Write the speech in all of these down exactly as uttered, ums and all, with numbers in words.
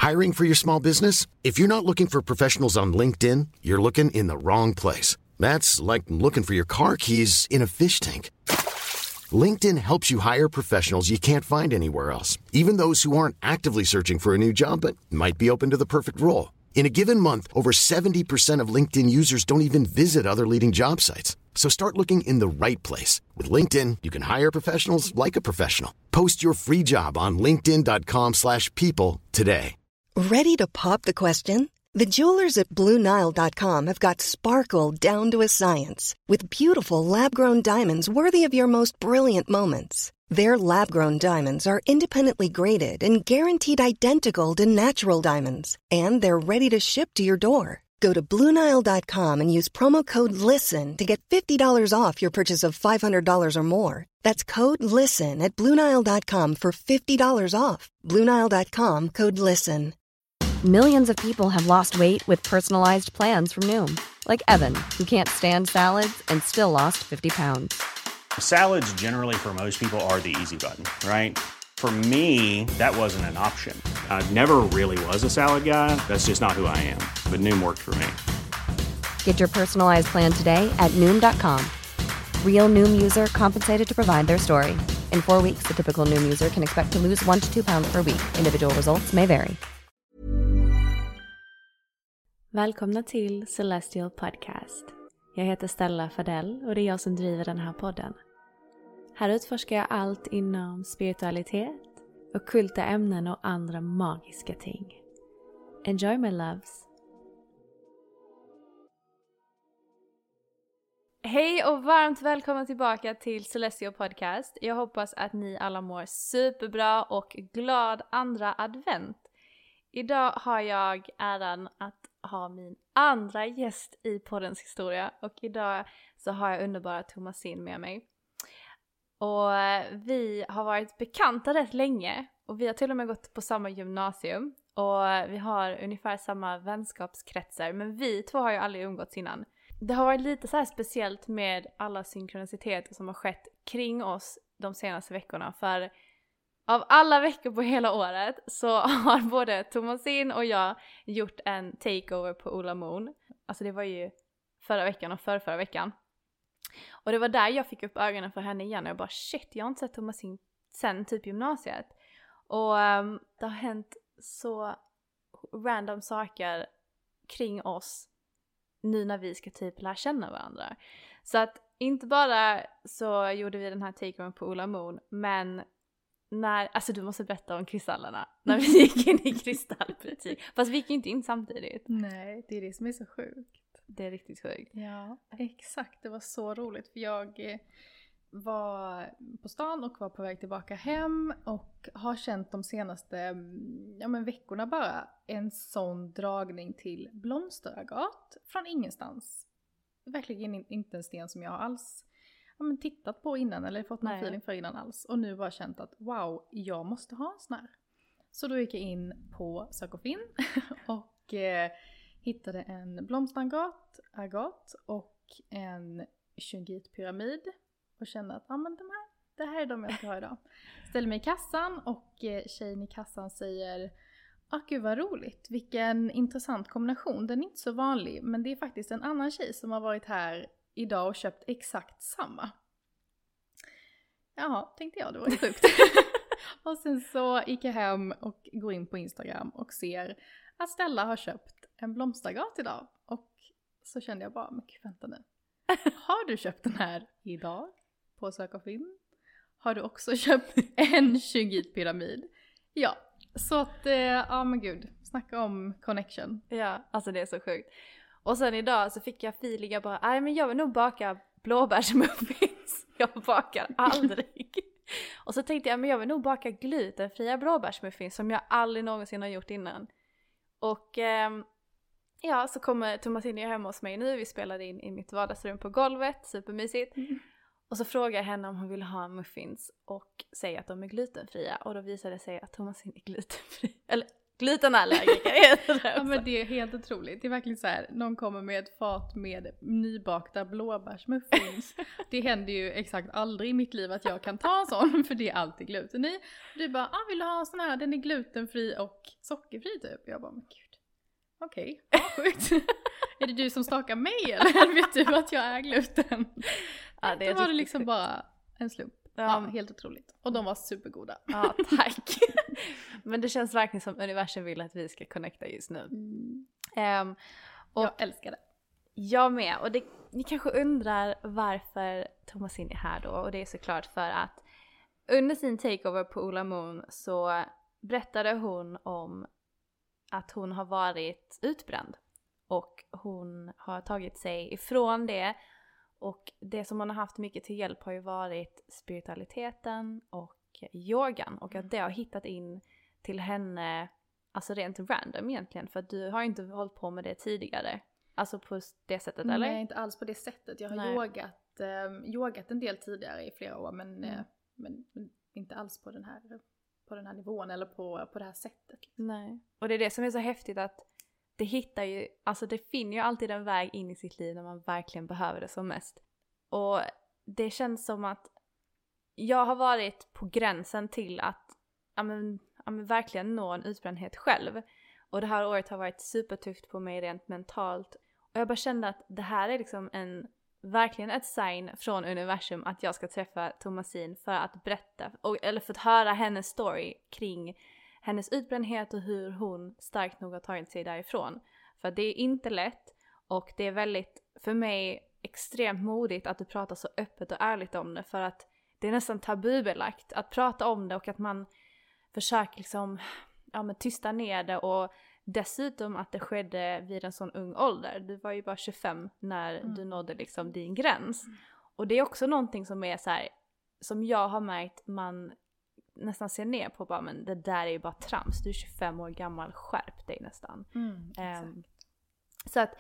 Hiring for your small business? If you're not looking for professionals on LinkedIn, you're looking in the wrong place. That's like looking for your car keys in a fish tank. LinkedIn helps you hire professionals you can't find anywhere else, even those who aren't actively searching for a new job but might be open to the perfect role. In a given month, over seventy percent of LinkedIn users don't even visit other leading job sites. So start looking in the right place. With LinkedIn, you can hire professionals like a professional. Post your free job on linkedin dot com slash people today. Ready to pop the question? The jewelers at Blue Nile dot com have got sparkle down to a science with beautiful lab-grown diamonds worthy of your most brilliant moments. Their lab-grown diamonds are independently graded and guaranteed identical to natural diamonds, and they're ready to ship to your door. Go to Blue Nile dot com and use promo code LISTEN to get fifty dollars off your purchase of five hundred dollars or more. That's code LISTEN at Blue Nile dot com for fifty dollars off. Blue Nile dot com, code LISTEN. Millions of people have lost weight with personalized plans from Noom. Like Evan, who can't stand salads and still lost fifty pounds. Salads generally for most people are the easy button, right? For me, that wasn't an option. I never really was a salad guy. That's just not who I am. But Noom worked for me. Get your personalized plan today at Noom dot com. Real Noom user compensated to provide their story. In four weeks, the typical Noom user can expect to lose one to two pounds per week. Individual results may vary. Välkomna till Celestial Podcast. Jag heter Stella Fadell och det är jag som driver den här podden. Här utforskar jag allt inom spiritualitet, ockulta ämnen och andra magiska ting. Enjoy my loves! Hej och varmt välkomna tillbaka till Celestial Podcast. Jag hoppas att ni alla mår superbra och glad andra advent. Idag har jag äran att ha min andra gäst i poddens historia. Och idag så har jag underbara Thomasin med mig. Och vi har varit bekanta rätt länge. Och vi har till och med gått på samma gymnasium. Och vi har ungefär samma vänskapskretsar. Men vi två har ju aldrig umgåtts innan. Det har varit lite så här speciellt med alla synkroniciteter som har skett kring oss de senaste veckorna. För av alla veckor på hela året så har både Thomasin och jag gjort en takeover på Ola Moon. Alltså det var ju förra veckan och förra, förra veckan. Och det var där jag fick upp ögonen för henne igen. Och jag bara shit, jag har inte sett Thomasin sen typ gymnasiet. Och um, det har hänt så random saker kring oss nu när vi ska typ lära känna varandra. Så att inte bara så gjorde vi den här takeovern på Ola Moon, men när, alltså du måste berätta om kristallerna. När vi gick in i kristallbutik. Fast vi gick inte in samtidigt. Nej, det är det som är så sjukt. Det är riktigt sjukt. Ja, exakt. Det var så roligt. För jag var på stan och var på väg tillbaka hem. Och har känt de senaste ja, men veckorna bara en sån dragning till Blomsteraggat. Från ingenstans. Verkligen inte en sten som jag alls ja, men tittat på innan eller fått någon Nej. feeling för innan alls. Och nu bara känt att wow, jag måste ha en sån här. Så då gick jag in på Sök och Finn och eh, hittade en blomsteragat agat och en shungitpyramid. Och kände att ah, men de här, det här är de jag ska ha idag. Ställer mig i kassan och eh, tjejen i kassan säger ah, gud vad roligt, vilken intressant kombination. Den är inte så vanlig, men det är faktiskt en annan tjej som har varit här idag och köpt exakt samma. Jaha, tänkte jag, det var ju sjukt. Och sen så gick jag hem och går in på Instagram och ser att Stella har köpt en blomsteraggat idag. Och så kände jag bara, men gud, vänta nu. Har du köpt den här idag på Sök och Finn? Har du också köpt en shungitpyramid? Ja, så att, ja men gud, snacka om connection. Ja, alltså det är så sjukt. Och sen idag så fick jag feeling, jag bara, nej men jag vill nog baka blåbärsmuffins. Jag bakar aldrig. Och så tänkte jag, men jag vill nog baka glutenfria blåbärsmuffins som jag aldrig någonsin har gjort innan. Och eh, ja, så kommer Thomasin hem hos mig nu. Vi spelade in i mitt vardagsrum på golvet, supermysigt. Mm. Och så frågar jag henne om hon vill ha muffins och säger att de är glutenfria. Och då visade det sig att Thomasin är glutenfri. Eller glutenallergiker heter det. Ja, men det är helt otroligt. Det är verkligen så här, någon kommer med ett fat med nybakta blåbärsmuffins. Det händer ju exakt aldrig i mitt liv att jag kan ta en sån, för det är alltid gluten i. Du bara, ah, vill du ha en sån här? Den är glutenfri och sockerfri typ. Jag bara, men gud. Okej, okay, vad sjukt. Är det du som stakar mig eller vet du att jag är gluten? Ja, det, det var det liksom bara en slump. Ja. Ja, helt otroligt. Och de var supergoda. Ja, tack. Men det känns verkligen som universum vill att vi ska connecta just nu. Mm. Um, och jag älskar det. Jag med. Och det, ni kanske undrar varför Thomasin är här då. Och det är såklart för att under sin takeover på Ola Moon så berättade hon om att hon har varit utbränd. Och hon har tagit sig ifrån det. Och det som hon har haft mycket till hjälp har ju varit spiritualiteten och yogan. Och att det har hittat in till henne, alltså rent random egentligen. För att du har ju inte hållit på med det tidigare. Alltså på det sättet, eller? Nej, inte alls på det sättet. Jag har Nej. yogat, eh, yogat en del tidigare i flera år. Men, mm. eh, men, men inte alls på den här, på den här nivån eller på, på det här sättet. Nej. Och det är det som är så häftigt att det hittar ju, alltså det finner ju alltid en väg in i sitt liv när man verkligen behöver det som mest. Och det känns som att jag har varit på gränsen till att ja men, ja men verkligen nå en utbrändhet själv. Och det här året har varit supertufft på mig rent mentalt. Och jag bara kände att det här är liksom en, verkligen ett sign från universum att jag ska träffa Thomasin för att berätta, och, eller för att höra hennes story kring hennes utbrändhet och hur hon starkt nog har tagit sig därifrån. För det är inte lätt och det är väldigt, för mig, extremt modigt att du pratar så öppet och ärligt om det. För att det är nästan tabubelagt att prata om det och att man försöker liksom, ja, men tysta ner det. Och dessutom att det skedde vid en sån ung ålder. Du var ju bara tjugofem när mm. du nådde liksom din gräns. Mm. Och det är också någonting som är så här, som jag har märkt man nästan ser ner på, bara, men det där är ju bara trams, du är tjugofem år gammal, skärp dig nästan. Mm, um, så att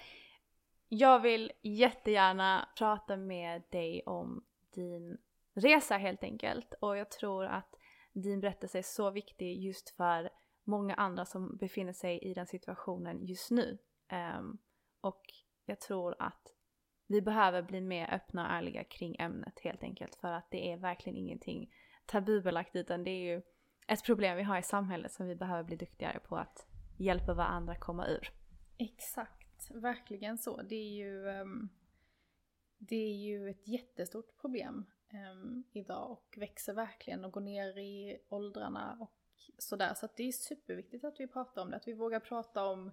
jag vill jättegärna prata med dig om din resa helt enkelt, och jag tror att din berättelse är så viktig just för många andra som befinner sig i den situationen just nu. Um, och jag tror att vi behöver bli mer öppna och ärliga kring ämnet helt enkelt, för att det är verkligen ingenting tabubelagt, utan det är ju ett problem vi har i samhället som vi behöver bli duktigare på att hjälpa varandra komma ur. Exakt, verkligen så. Det är ju, um, det är ju ett jättestort problem um, idag och växer verkligen och går ner i åldrarna och sådär. Så att det är superviktigt att vi pratar om det, att vi vågar prata om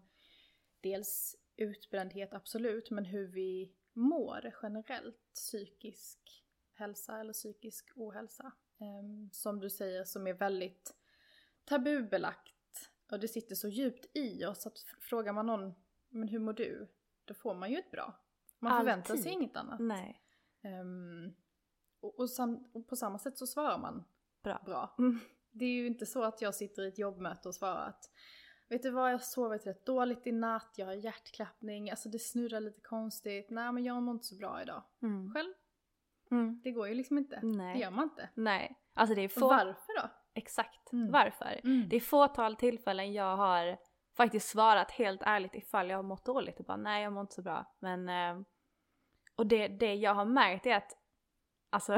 dels utbrändhet, absolut, men hur vi mår generellt, psykisk hälsa eller psykisk ohälsa. Um, som du säger, som är väldigt tabubelagt och det sitter så djupt i oss att frågar man någon, men hur mår du? Då får man ju ett bra. Man Alltid. förväntar sig inget annat. Nej. Um, och, och, sam, och på samma sätt så svarar man bra. bra. Mm. Det är ju inte så att jag sitter i ett jobbmöte och svarar att vet du vad, jag har sovit rätt dåligt i natt, jag har hjärtklappning, alltså det snurrar lite konstigt. Nej, men jag mår inte så bra idag. Mm. Själv? Mm. Det går ju liksom inte. Nej. Det gör man inte. Nej. Alltså det är få... Och varför då? Exakt. Mm. Varför? Mm. Det är fåtal tillfällen jag har faktiskt svarat helt ärligt ifall jag har mått dåligt och bara nej, jag mår inte så bra. Men eh, och det, det jag har märkt är att alltså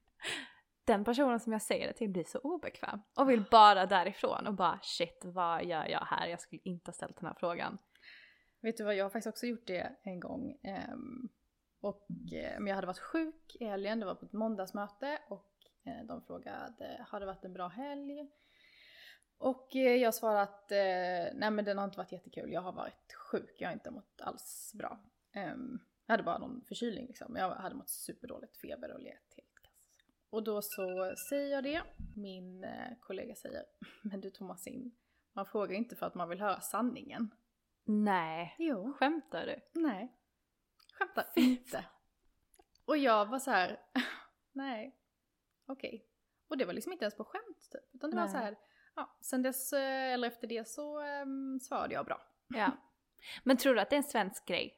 den personen som jag säger det till blir så obekväm och vill bara därifrån och bara shit, vad gör jag här? Jag skulle inte ha ställt den här frågan. Vet du vad, jag har faktiskt också gjort det en gång. Um, och um, jag hade varit sjuk i helgen, det var på ett måndagsmöte och uh, de frågade, har det varit en bra helg? Och uh, jag svarade att uh, nej, men den har inte varit jättekul, jag har varit sjuk, jag har inte mått alls bra. Um, jag hade bara någon förkylning liksom, jag hade mått superdåligt, feber och let helt kass. Och då så säger jag det, min uh, kollega säger, men du Thomasin, man frågar inte för att man vill höra sanningen. Nej, Jo. Skämtar du? Nej, skämtar inte. Och jag var så här, nej, okej. Okay. Och det var liksom inte ens på skämt typ. Utan det nej. var så här, ja, sen dess, eller efter det så um, svarade jag bra. Ja. Men tror du att det är en svensk grej?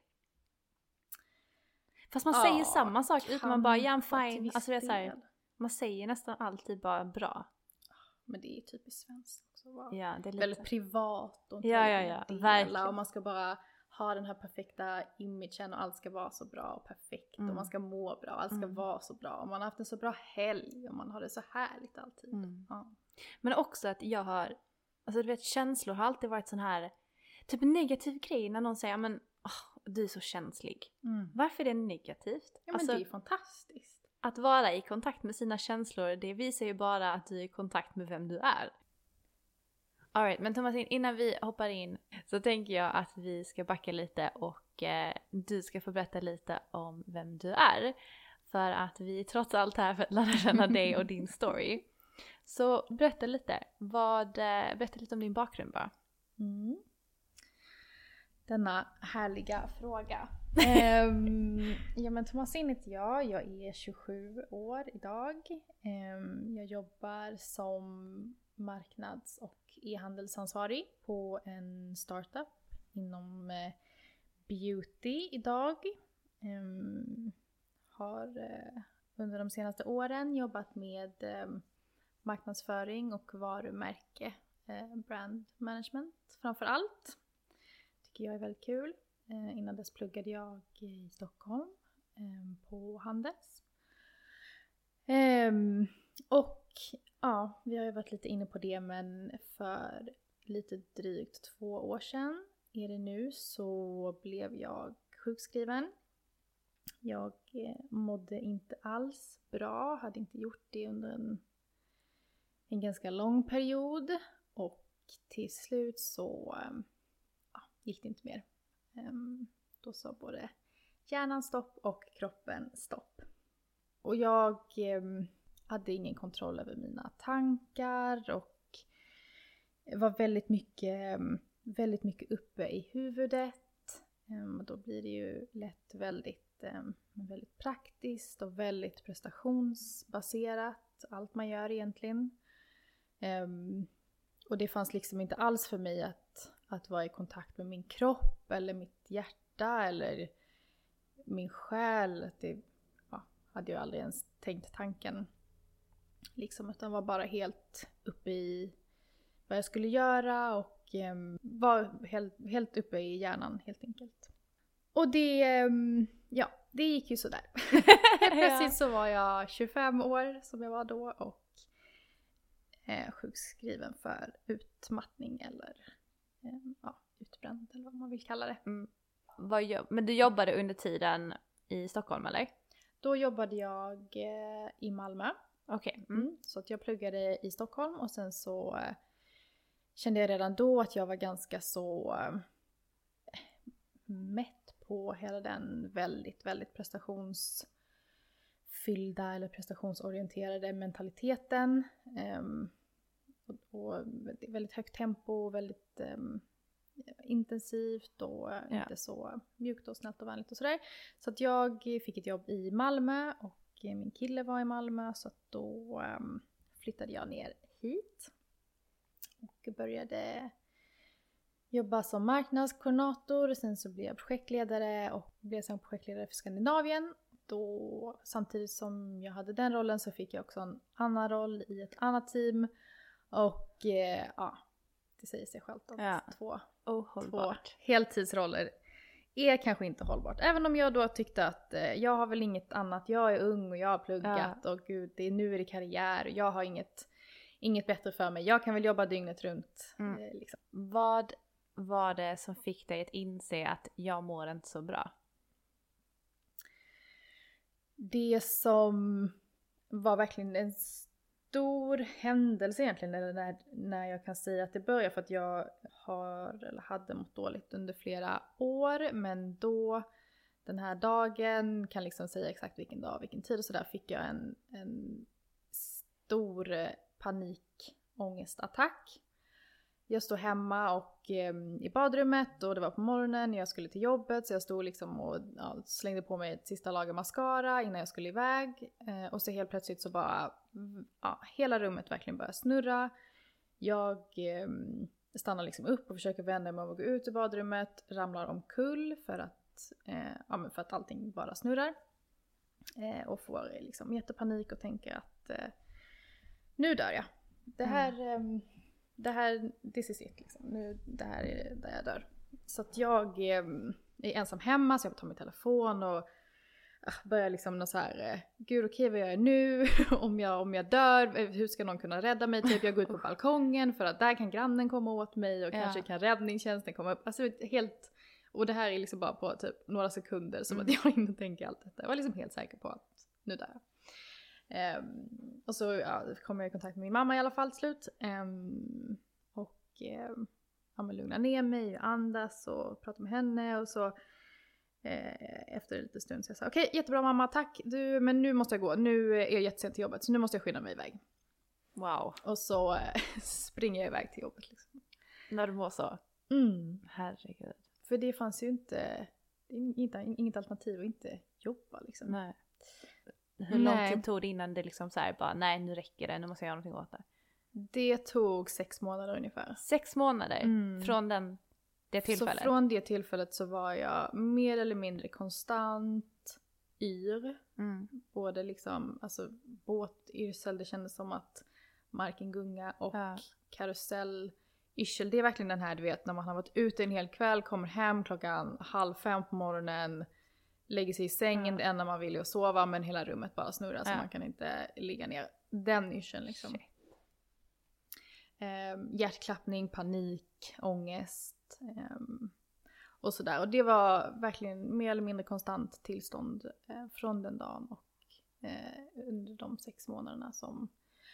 Fast man ja, säger samma sak utan man bara, ja, I'm fine. Alltså det är så här, del. man säger nästan alltid bara bra. men det är typiskt svenskt också. Vara Ja, det är lite... väldigt privat och inte Ja, ja, väldigt ja, dela, verkligen. och man ska bara ha den här perfekta imagen och allt ska vara så bra och perfekt Mm. och man ska må bra och allt ska Mm. vara så bra och man har haft en så bra helg och man har det så härligt alltid. Mm. Ja. Men också att jag har, alltså du vet, känslor har alltid varit sån här typ negativ grej när någon säger, men åh, du är så känslig. Mm. Varför är det negativt? Ja, men alltså, det är fantastiskt. att vara i kontakt med sina känslor, det visar ju bara att du är i kontakt med vem du är. Alright, men Thomas, innan vi hoppar in så tänker jag att vi ska backa lite och eh, du ska få berätta lite om vem du är. För att vi är trots allt här för att lära känna dig och din story. Så berätta lite, vad, eh, berätta lite om din bakgrund bara. Mm. Denna härliga fråga. um, ja men Thomasin heter jag, jag är tjugosju år idag. Um, jag jobbar som marknads- och e-handelsansvarig på en startup inom eh, beauty idag. Um, har eh, under de senaste åren jobbat med eh, marknadsföring och varumärke, eh, brand management framför allt. Tycker jag är väldigt kul. Eh, innan dess pluggade jag i Stockholm eh, på Handels. Eh, och ja, vi har ju varit lite inne på det, men för lite drygt två år sedan är det nu så blev jag sjukskriven. Jag eh, mådde inte alls bra, hade inte gjort det under en, en ganska lång period och till slut så eh, ja, gick det inte mer. Um, då sa både hjärnan stopp och kroppen stopp. Och jag eh, hade ingen kontroll över mina tankar och var väldigt mycket, väldigt mycket uppe i huvudet. Um, och då blir det ju lätt väldigt, um, väldigt praktiskt och väldigt prestationsbaserat, allt man gör egentligen. Um, och det fanns liksom inte alls för mig att, att vara i kontakt med min kropp eller mitt hjärta eller min själ. Det ja, hade jag aldrig ens tänkt tanken. Liksom, utan var bara helt uppe i vad jag skulle göra och um, var helt, helt uppe i hjärnan helt enkelt. Och det, um, ja, det gick ju sådär. Plötsligt så var jag tjugofem år som jag var då och eh, sjukskriven för utmattning eller eh, ja, utbränd eller vad man vill kalla det. Mm. Vad jobb- Men du jobbade under tiden i Stockholm eller? Då jobbade jag eh, i Malmö. Okej. Okay. Mm. Mm. Så att jag pluggade i Stockholm och sen så eh, kände jag redan då att jag var ganska så eh, mätt på hela den väldigt, väldigt prestationsfyllda eller prestationsorienterade mentaliteten. Um, och, och väldigt högt tempo, väldigt um, intensivt och ja. Inte så mjukt och snällt och vänligt och sådär. Så att jag fick ett jobb i Malmö och min kille var i Malmö, så att då um, flyttade jag ner hit och började jobba som marknadskoordinator. Sen så blev jag projektledare och blev sen projektledare för Skandinavien. Då, samtidigt som jag hade den rollen så fick jag också en annan roll i ett annat team. Och eh, ja, det säger sig självt att ja. två, två heltidsroller är kanske inte hållbart. Även om jag då tyckte att eh, jag har väl inget annat. Jag är ung och jag har pluggat ja. och gud, det är, nu är det karriär. Jag har inget, inget bättre för mig. Jag kan väl jobba dygnet runt. Mm. Eh, liksom. Vad var det som fick dig att inse att jag mår inte så bra? Det som var verkligen en stor händelse egentligen, eller när, när jag kan säga att det började, för att jag har eller hade mått dåligt under flera år, men då den här dagen, kan liksom säga exakt vilken dag, vilken tid och sådär, fick jag en, en stor panikångestattack. Jag stod hemma och eh, i badrummet och det var på morgonen när jag skulle till jobbet, så jag stod liksom och ja, slängde på mig ett sista lager mascara innan jag skulle iväg. Eh, och så helt plötsligt så bara, ja, hela rummet verkligen började snurra. Jag eh, stannar liksom upp och försöker vända mig om och gå ut ur badrummet, ramlar omkull för att, eh, ja, men för att allting bara snurrar. Eh, och får liksom jättepanik och tänker att eh, nu dör jag. det här, mm. det här, this is it liksom. Nu, det här är där jag dör. Så att jag är ensam hemma, så jag tar min telefon och börjar liksom något så här, gud okej vad gör jag nu? om, jag, om jag dör, hur ska någon kunna rädda mig? Typ jag går ut på balkongen för att där kan grannen komma åt mig och ja. kanske kan räddningstjänsten komma upp. Alltså helt, och det här är liksom bara på typ några sekunder som mm. att jag inte tänker allt detta. Jag var liksom helt säker på att nu dör jag. Um, och så ja, kom jag i kontakt med min mamma i alla fall till slut. Um, och um, ja, men lugna ner mig och andas och prata med henne och så. Efter en liten stund så jag sa okej, okay, jättebra mamma, tack du, men nu måste jag gå, nu är jag jättesent till jobbet så nu måste jag skynda mig iväg. Wow. Och så äh, springer jag iväg till jobbet liksom. När du mår så? Mm. Herregud. För det fanns ju inte, inte inget alternativ att inte jobba liksom. Nej. Hur lång nej. tid tog det innan det liksom så här bara, nej nu räcker det, nu måste jag göra någonting åt det? Det tog sex månader ungefär. Sex månader? Mm. Från den Det tillfället. Så från det tillfället så var jag mer eller mindre konstant yr. Mm. Både liksom, alltså båtyrsel, det kändes som att marken gunga och ja. karusell. Yrsel, det är verkligen den här du vet när man har varit ute en hel kväll, kommer hem klockan halv fem på morgonen, lägger sig i sängen, ja. det enda man vill är att sova men hela rummet bara snurrar ja. så man kan inte ligga ner. Den yrseln liksom. Eh, hjärtklappning, panik, ångest. Um, och sådär. Och det var verkligen mer eller mindre konstant tillstånd eh, från den dagen och eh, under de sex månaderna som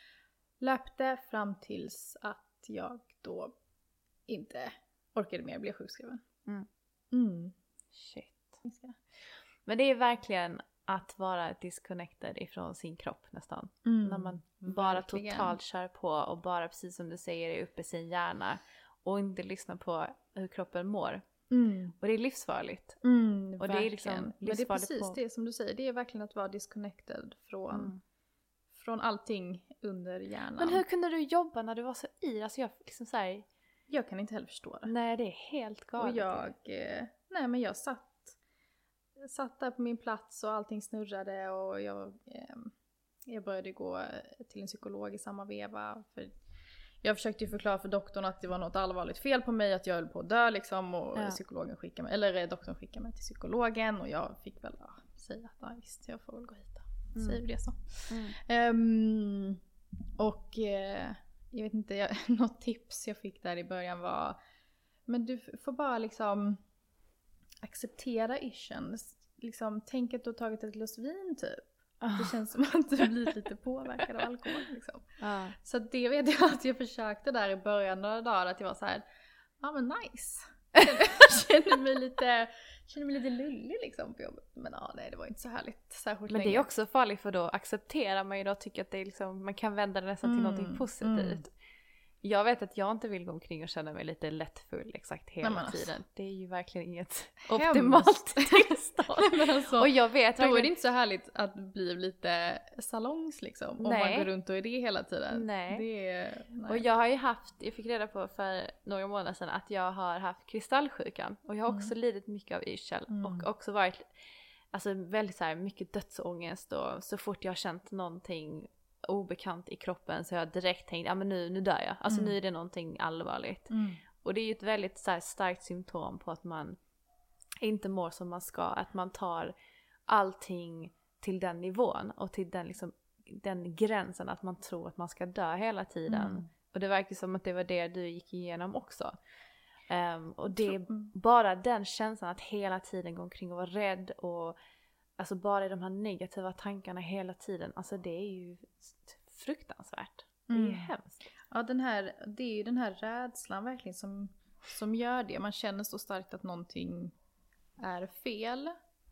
löpte fram tills att jag då inte orkade mer, blev sjukskriven. Mm. Mm. Shit. Men det är verkligen att vara disconnected ifrån sin kropp nästan. Mm. När man bara verkligen. totalt kör på och bara precis som du säger är uppe i sin hjärna. Och inte lyssna på hur kroppen mår. Mm. Och det är livsfarligt. Mm, och det är liksom livsfarligt. Men det är precis på... det som du säger. Det är verkligen att vara disconnected från, mm. från allting under hjärnan. Men hur kunde du jobba när du var så yr? Alltså jag liksom så här... Jag kan inte heller förstå det. Nej, det är helt galet. Och jag... Eh, nej, men jag satt... Jag satt där på min plats och allting snurrade. Och jag... Eh, jag började gå till en psykolog i samma veva. För... Jag försökte ju förklara för doktorn att det var något allvarligt fel på mig, att jag höll på att dö liksom, och ja. psykologen skickade mig, eller doktorn skickade mig till psykologen och jag fick väl ja, säga att ja, visst, jag får väl gå hit då. Mm. Säger det så. Mm. Um, och eh, jag vet inte, jag, något tips jag fick där i början var, men du får bara liksom acceptera ischen, liksom tänk att du har tagit ett glas vin typ. Det känns som att du blir lite påverkad av alkohol liksom. Ah. Så det vet jag att jag försökte där i början några dagar, att jag var så här, ja ah, men nice. Jag kände mig lite, kände mig lite lullig liksom på jobbet. Men ja, nej, det var inte så härligt särskilt Men länge. det är också farligt, för då accepterar man ju då, tycker att det är liksom, man kan vända det nästan till mm. något positivt. Mm. Jag vet att jag inte vill gå omkring och känna mig lite lättfull exakt hela Nej, tiden. Alltså, det är ju verkligen inget hemskt. Optimalt tillstånd. Alltså, och jag vet då verkligen... är det inte så härligt att bli lite salongs liksom. Nej. Om man går runt och är det hela tiden. Nej. Det är... Nej. Och jag har ju haft, jag fick reda på för några månader sedan att jag har haft kristallsjukan. Och jag har också mm. lidit mycket av yrsel. Mm. Och också varit alltså, väldigt så här, mycket dödsångest. Och så fort jag har känt någonting obekant i kroppen så har jag direkt tänkt, ja men nu, nu dör jag. Alltså mm. nu är det någonting allvarligt. Mm. Och det är ju ett väldigt så här, starkt symptom på att man inte mår som man ska. Att man tar allting till den nivån och till den, liksom, den gränsen att man tror att man ska dö hela tiden. Mm. Och det verkar som att det var det du gick igenom också. Um, och det är bara den känslan att hela tiden gå omkring och vara rädd och alltså bara de här negativa tankarna hela tiden. Alltså det är ju fruktansvärt. Det är ju mm. hemskt. Ja, den här, det är ju den här rädslan verkligen som, som gör det. Man känner så starkt att någonting är fel.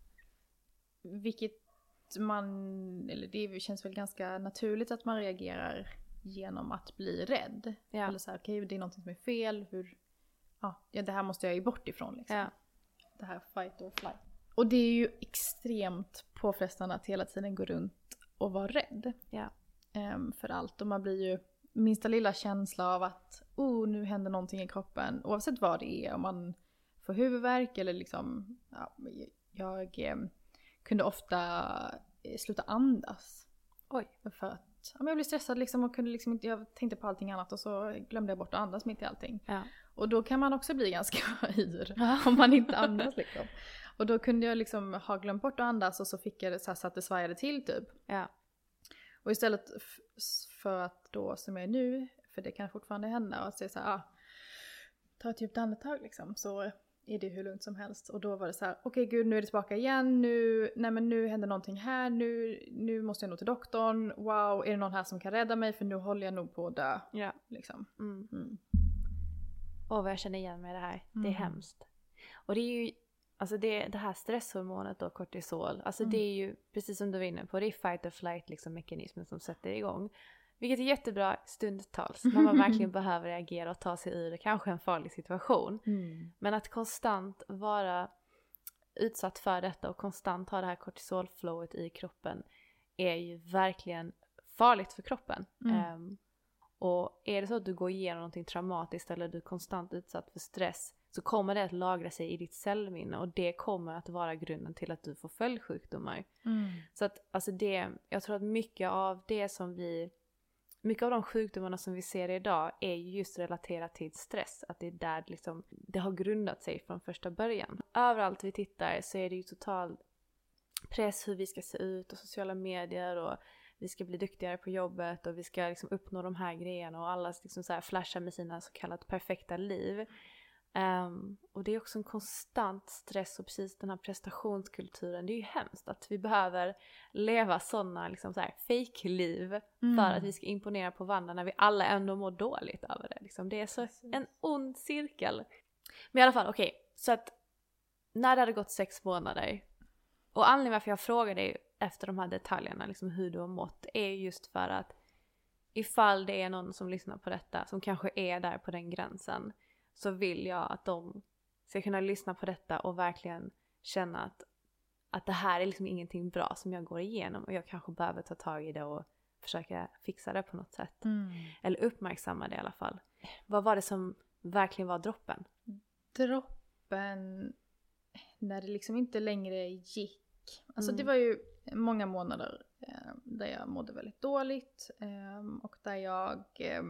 Vilket man, eller det känns väl ganska naturligt att man reagerar genom att bli rädd. Ja. Eller så här, okej, okay, det är någonting som är fel. Hur, ja, det här måste jag ju bort ifrån liksom. Ja. Det här fight or flight. Och det är ju extremt påfrestande att hela tiden gå runt och vara rädd. Ja. Um, för allt. Och man blir ju minsta lilla känsla av att oh, nu händer någonting i kroppen. Oavsett vad det är. Om man får huvudvärk eller liksom... Ja, jag eh, kunde ofta sluta andas. Oj. För att att ja, men jag blev stressad liksom och kunde liksom inte, jag tänkte på allting annat och så glömde jag bort att andas mitt i allting. Ja. Och då kan man också bli ganska yr om man inte andas liksom. Och då kunde jag liksom ha glömt bort att andas och så fick jag det så här så att det svajade till typ. Ja. Och istället f- för att då som jag är nu, för det kan fortfarande hända, och att säga så här, ah, ta ett djupt andetag liksom, så är det hur lugnt som helst. Och då var det så här, okej okay, gud, nu är det tillbaka igen, nu, nej men nu händer någonting här, nu, nu måste jag nog till doktorn, wow, är det någon här som kan rädda mig, för nu håller jag nog på att dö. Ja. Liksom. Mm. Mm. Åh, vad jag känner igen med det här. Mm. Det är hemskt. Och det är ju, alltså det, det här stresshormonet då, kortisol, alltså Mm. det är ju, precis som du var inne på, det är fight or flight liksom mekanismen som sätter igång. Vilket är jättebra stundtals, när man verkligen behöver reagera och ta sig ur kanske en farlig situation. Mm. Men att konstant vara utsatt för detta och konstant ha det här kortisolflowet i kroppen är ju verkligen farligt för kroppen. Mm. Um, och är det så att du går igenom någonting traumatiskt eller du är konstant utsatt för stress, så kommer det att lagra sig i ditt cellminne och det kommer att vara grunden till att du får följdsjukdomar. Mm. Så att alltså det, jag tror att mycket av det som vi, mycket av de sjukdomarna som vi ser idag är ju just relaterat till stress. Att det är där liksom, det har grundat sig från första början. Överallt vi tittar så är det ju total press hur vi ska se ut och sociala medier och vi ska bli duktigare på jobbet och vi ska liksom uppnå de här grejerna och alla liksom så här flashar med sina så kallat perfekta liv. Um, och det är också en konstant stress och precis den här prestationskulturen. Det är ju hemskt att vi behöver leva sådana liksom så här fake-liv Mm. för att vi ska imponera på varandra när vi alla ändå mår dåligt över det. Liksom. Det är så Precis. en ond cirkel. Men i alla fall, okej. Okay, så att när det hade gått sex månader och anledningen varför jag frågar dig efter de här detaljerna, liksom hur du har mått, är just för att ifall det är någon som lyssnar på detta som kanske är där på den gränsen, så vill jag att de ska kunna lyssna på detta och verkligen känna att, att det här är liksom ingenting bra som jag går igenom och jag kanske behöver ta tag i det och försöka fixa det på något sätt. Mm. Eller uppmärksamma det i alla fall. Vad var det som verkligen var droppen? Droppen, när det liksom inte längre gick. Alltså Mm. det var ju många månader eh, där jag mådde väldigt dåligt eh, och där jag eh,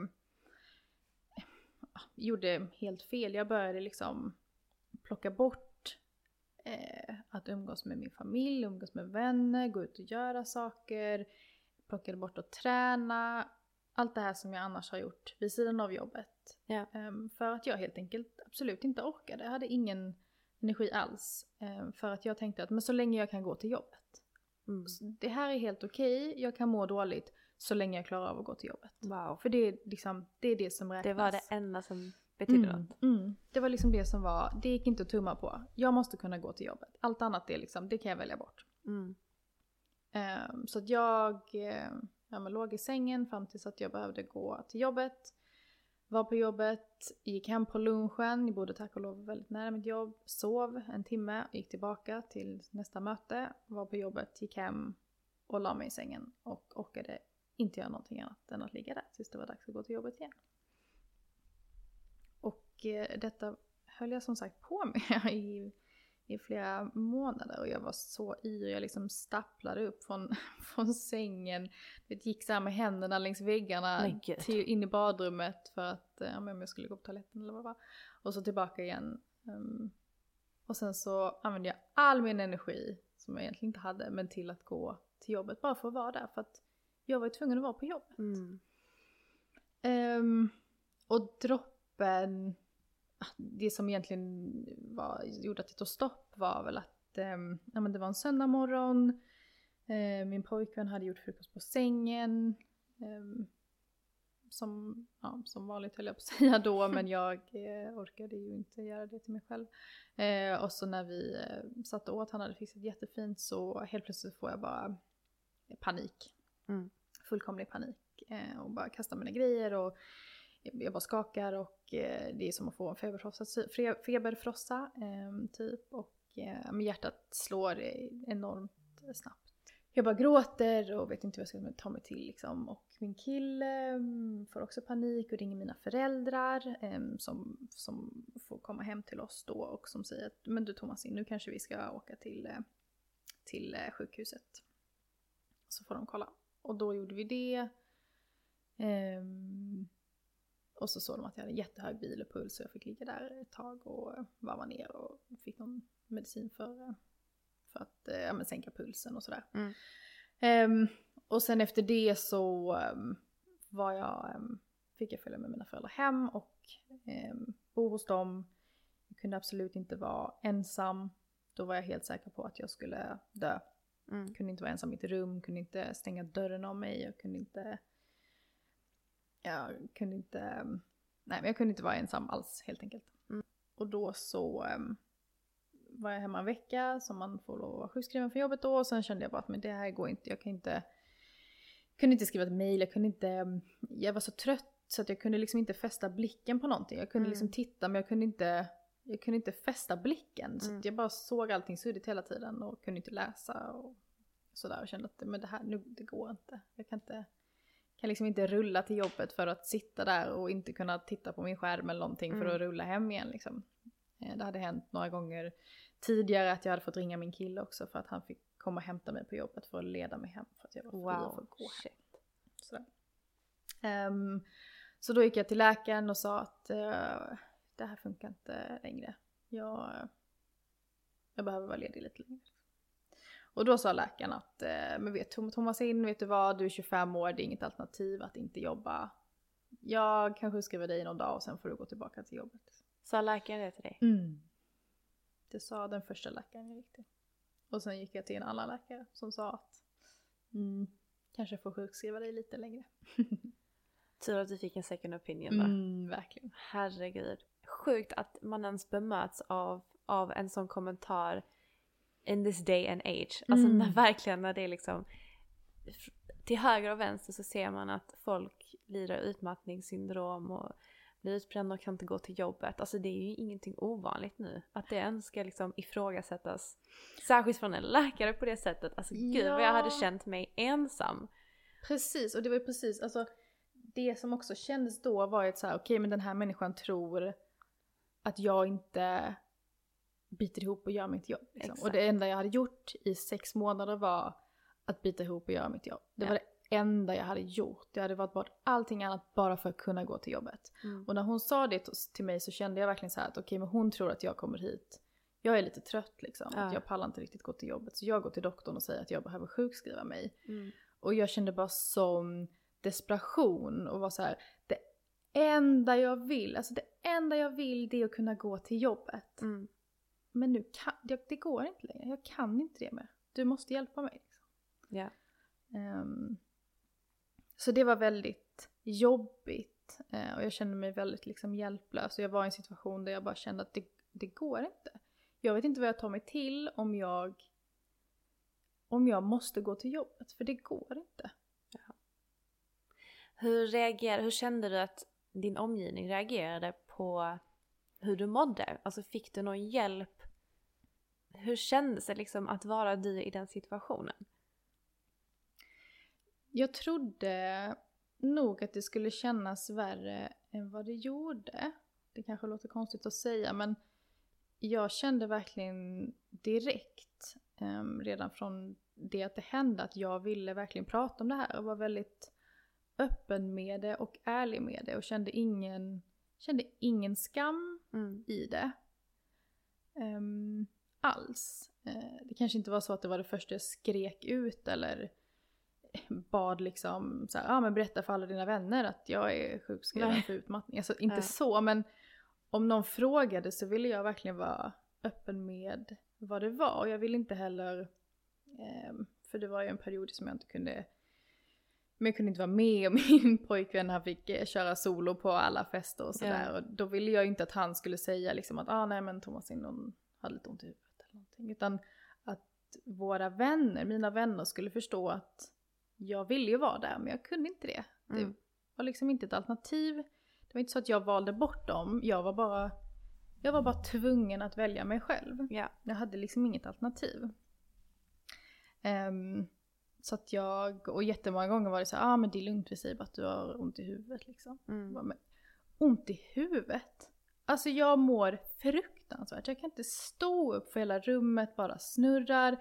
gjorde helt fel. Jag började liksom plocka bort eh, att umgås med min familj, umgås med vänner, gå ut och göra saker. Plockade bort att träna. Allt det här som jag annars har gjort vid sidan av jobbet. Ja. Eh, för att jag helt enkelt absolut inte orkade. Jag hade ingen energi alls. Eh, för att jag tänkte att men så länge jag kan gå till jobbet. Mm. Det här är helt okej. Jag kan må dåligt så länge jag klarar av att gå till jobbet. Wow. För det är liksom det, är det som räknas. Det var det enda som betydde Mm, något. mm. Det var liksom det som var, det gick inte att tumma på. Jag måste kunna gå till jobbet. Allt annat är liksom, det kan jag välja bort. Mm. Um, så att jag uh, ja, men låg i sängen fram tills att jag behövde gå till jobbet. Var på jobbet, gick hem på lunchen. Jag bodde tack och lov väldigt nära mitt jobb. Sov en timme, gick tillbaka till nästa möte. Var på jobbet, gick hem och la mig i sängen. Och orkade inte göra någonting annat än att ligga där tills det var dags att gå till jobbet igen. Och eh, detta höll jag som sagt på med i, i flera månader. Och jag var så yr. Jag liksom stapplade upp från, från sängen. Det gick så här med händerna längs väggarna till, in i badrummet för att eh, om jag skulle gå på toaletten eller vad det var. Och så tillbaka igen. Um, och sen så använde jag all min energi som jag egentligen inte hade, men till att gå till jobbet. Bara för att vara där. För att jag var tvungen att vara på jobbet. Mm. Um, och droppen, det som egentligen var, gjorde att det tog stopp var väl att um, ja, men det var en söndag morgon. Uh, min pojkvän hade gjort frukost på sängen. Um, som, ja, som vanligt höll jag på att säga då, men jag uh, orkade ju inte göra det till mig själv. Uh, och så när vi uh, satt och åt, han hade fixat jättefint, så helt plötsligt får jag bara panik. Mm. Fullkomlig panik. Uh, och bara kastar mina grejer och jag bara skakar och eh, det är som att få en feberfrossa, feberfrossa eh, typ. Och eh, med hjärtat slår enormt snabbt. Jag bara gråter och vet inte vad jag ska ta mig till liksom. Och min kille mm, får också panik och ringer mina föräldrar eh, som, som får komma hem till oss då. Och som säger att men du Thomas, nu kanske vi ska åka till, eh, till eh, sjukhuset. Så får de kolla. Och då gjorde vi det. Um, och så såg de att jag hade jättehög vilopuls så jag fick ligga där ett tag och varva ner och fick någon medicin för, för att ja, men sänka pulsen och sådär. Mm. Um, och sen efter det så um, var jag, um, fick jag följa med mina föräldrar hem och um, bo hos dem. Jag kunde absolut inte vara ensam. Då var jag helt säker på att jag skulle dö. Mm. Kunde inte vara ensam i ett rum, kunde inte stänga dörren om mig. Jag kunde inte, jag kunde inte, nej men jag kunde inte vara ensam alls helt enkelt. Mm. Och då så um, var jag hemma en vecka som man får lov att vara sjukskriven för jobbet då. Och sen kände jag bara att men det här går inte, jag kan inte, kunde inte skriva ett mejl, jag kunde inte, jag var så trött så att jag kunde liksom inte fästa blicken på någonting. Jag kunde mm. liksom titta men jag kunde inte, jag kunde inte fästa blicken. Så mm. att jag bara såg allting suddigt hela tiden och kunde inte läsa och sådär. Och kände att men det här, nu, det går inte. Jag kan inte, kan liksom inte rulla till jobbet för att sitta där och inte kunna titta på min skärm eller någonting mm. för att rulla hem igen liksom. Det hade hänt några gånger tidigare att jag hade fått ringa min kille också för att han fick komma och hämta mig på jobbet för att leda mig hem för att jag var fri wow. och få gå hem. Sådär. Um, så då gick jag till läkaren och sa att uh, det här funkar inte längre. Jag, jag behöver vara ledig lite längre. Och då sa läkaren att uh, men vet Thomas in, vet du vad, du är tjugofem år, det är inget alternativ att inte jobba. Jag kan sjukskriva dig någon dag och sen får du gå tillbaka till jobbet. Sa läkaren det till dig? Mm. Det sa den första läkaren jag gick till. Och sen gick jag till en annan läkare som sa att mm, kanske får sjukskriva dig lite längre. Tur att du fick en second opinion då. Mm, verkligen. Herregud. Sjukt att man ens bemöts av, av en sån kommentar in this day and age. Alltså mm. när, verkligen när det är liksom till höger och vänster så ser man att folk lider av utmattningssyndrom och blir utbrända och kan inte gå till jobbet. Alltså det är ju ingenting ovanligt nu. Att det ens ska liksom ifrågasättas. Särskilt från en läkare på det sättet. Alltså gud ja. Vad jag hade känt mig ensam. Precis, och det var ju precis, alltså det som också kändes då var ju att så här, okej okay, men den här människan tror att jag inte biter ihop och gör mitt jobb. Liksom. Och det enda jag hade gjort i sex månader var att bita ihop och göra mitt jobb. Det ja. var det enda jag hade gjort. Jag hade varit bort allting annat bara för att kunna gå till jobbet. Mm. Och när hon sa det till mig så kände jag verkligen så här att okej okay, men hon tror att jag kommer hit. Jag är lite trött liksom. Ja. Att jag pallar inte riktigt gå till jobbet. Så jag går till doktorn och säger att jag behöver sjukskriva mig. Mm. Och jag kände bara som desperation och var så här, det enda jag vill, alltså det enda jag vill det är att kunna gå till jobbet. Mm. Men nu kan, det, det går inte längre. Jag kan inte det mer. Du måste hjälpa mig. Liksom. Yeah. Um, så det var väldigt jobbigt. Uh, och jag kände mig väldigt liksom hjälplös. Och jag var i en situation där jag bara kände att det, det går inte. Jag vet inte vad jag tar mig till om jag om jag måste gå till jobbet. För det går inte. Ja. Hur reagerade, hur kände du att din omgivning reagerade på hur du mådde? Alltså fick du någon hjälp? Hur kändes det liksom att vara du i den situationen? Jag trodde nog att det skulle kännas värre än vad det gjorde. Det kanske låter konstigt att säga, men jag kände verkligen direkt um, redan från det att det hände att jag ville verkligen prata om det här och var väldigt öppen med det och ärlig med det och kände ingen, kände ingen skam mm. i det um, alls. Uh, det kanske inte var så att det var det första jag skrek ut eller bad liksom så här, ja ah, men berätta för alla dina vänner att jag är sjukskriven Nej. för utmattning. Alltså inte ja. så, men om någon frågade så ville jag verkligen vara öppen med vad det var. Och jag ville inte heller, eh, för det var ju en period som jag inte kunde, men jag kunde inte vara med och min pojkvän han fick eh, köra solo på alla fester och sådär. Ja. Och då ville jag inte att han skulle säga liksom att ah, nej men Thomas Innon hade lite ont i huvudet eller någonting. Utan att våra vänner, mina vänner skulle förstå att jag ville ju vara där men jag kunde inte det. Mm. Det var liksom inte ett alternativ. Det var inte så att jag valde bort dem. Jag var bara, jag var bara tvungen att välja mig själv. Yeah. Jag hade liksom inget alternativ. Um, så att jag, och jättemånga gånger var det så här, ah men det är lugnt, vi säger bara att du har ont i huvudet liksom. Mm. Bara, men, ont i huvudet? Alltså jag mår fruktansvärt. Jag kan inte stå upp för hela rummet bara snurrar.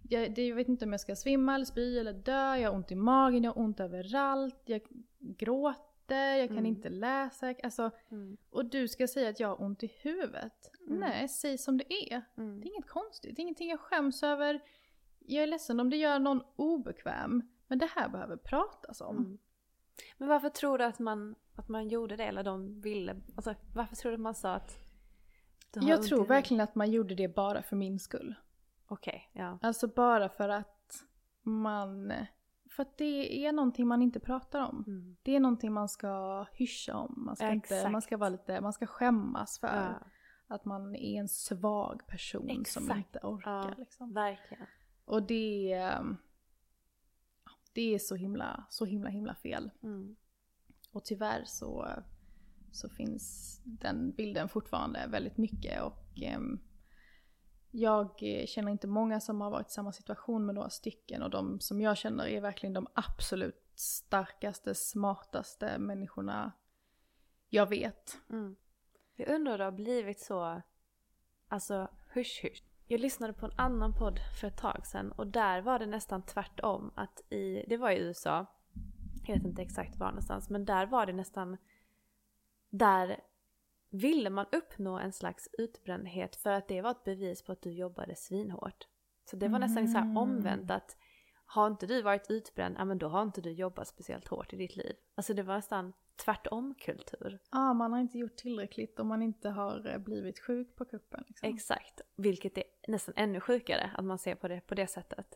jag, det, jag vet inte om jag ska svimma eller spy eller dö, jag har ont i magen, jag har ont överallt, jag gråter, jag kan Mm. inte läsa. Alltså, Mm. och du ska säga att jag har ont i huvudet. Mm. Nej, säg som det är. Mm. Det är inget konstigt, det är ingenting jag skäms över. Jag är ledsen om det gör någon obekväm, men det här behöver pratas om. Mm. Men varför tror du att man, att man gjorde det, eller de ville? Alltså, varför tror du att man sa att du har Jag ont i tror huvudet? verkligen att man gjorde det bara för min skull. Okej, ja. Alltså bara för att man... För att det är någonting man inte pratar om. Mm. Det är någonting man ska hyscha om. Man ska, Ja, inte, exakt. man ska vara lite, man ska skämmas för Ja. att man är en svag person som Exakt. inte orkar. Ja, Liksom. verkligen. Och det är, det är så himla, så himla, himla fel. Mm. Och tyvärr så, så finns den bilden fortfarande väldigt mycket. Och ehm, jag känner inte många som har varit i samma situation med några stycken. Och de som jag känner är verkligen de absolut starkaste, smartaste människorna jag vet. Mm. Jag undrar om det har blivit så, alltså hush hush. Jag lyssnade på en annan podd för ett tag sedan och där var det nästan tvärtom. Att i, det var i U S A, jag vet inte exakt var någonstans, men där var det nästan, där ville man uppnå en slags utbrändhet för att det var ett bevis på att du jobbade svinhårt. Så det var nästan så här omvänt att har inte du varit utbränd, ja men då har inte du jobbat speciellt hårt i ditt liv. Alltså det var nästan tvärtom kultur. Ja, ah, man har inte gjort tillräckligt om man inte har blivit sjuk på kuppen. Liksom. Exakt, vilket är nästan ännu sjukare att man ser på det på det sättet.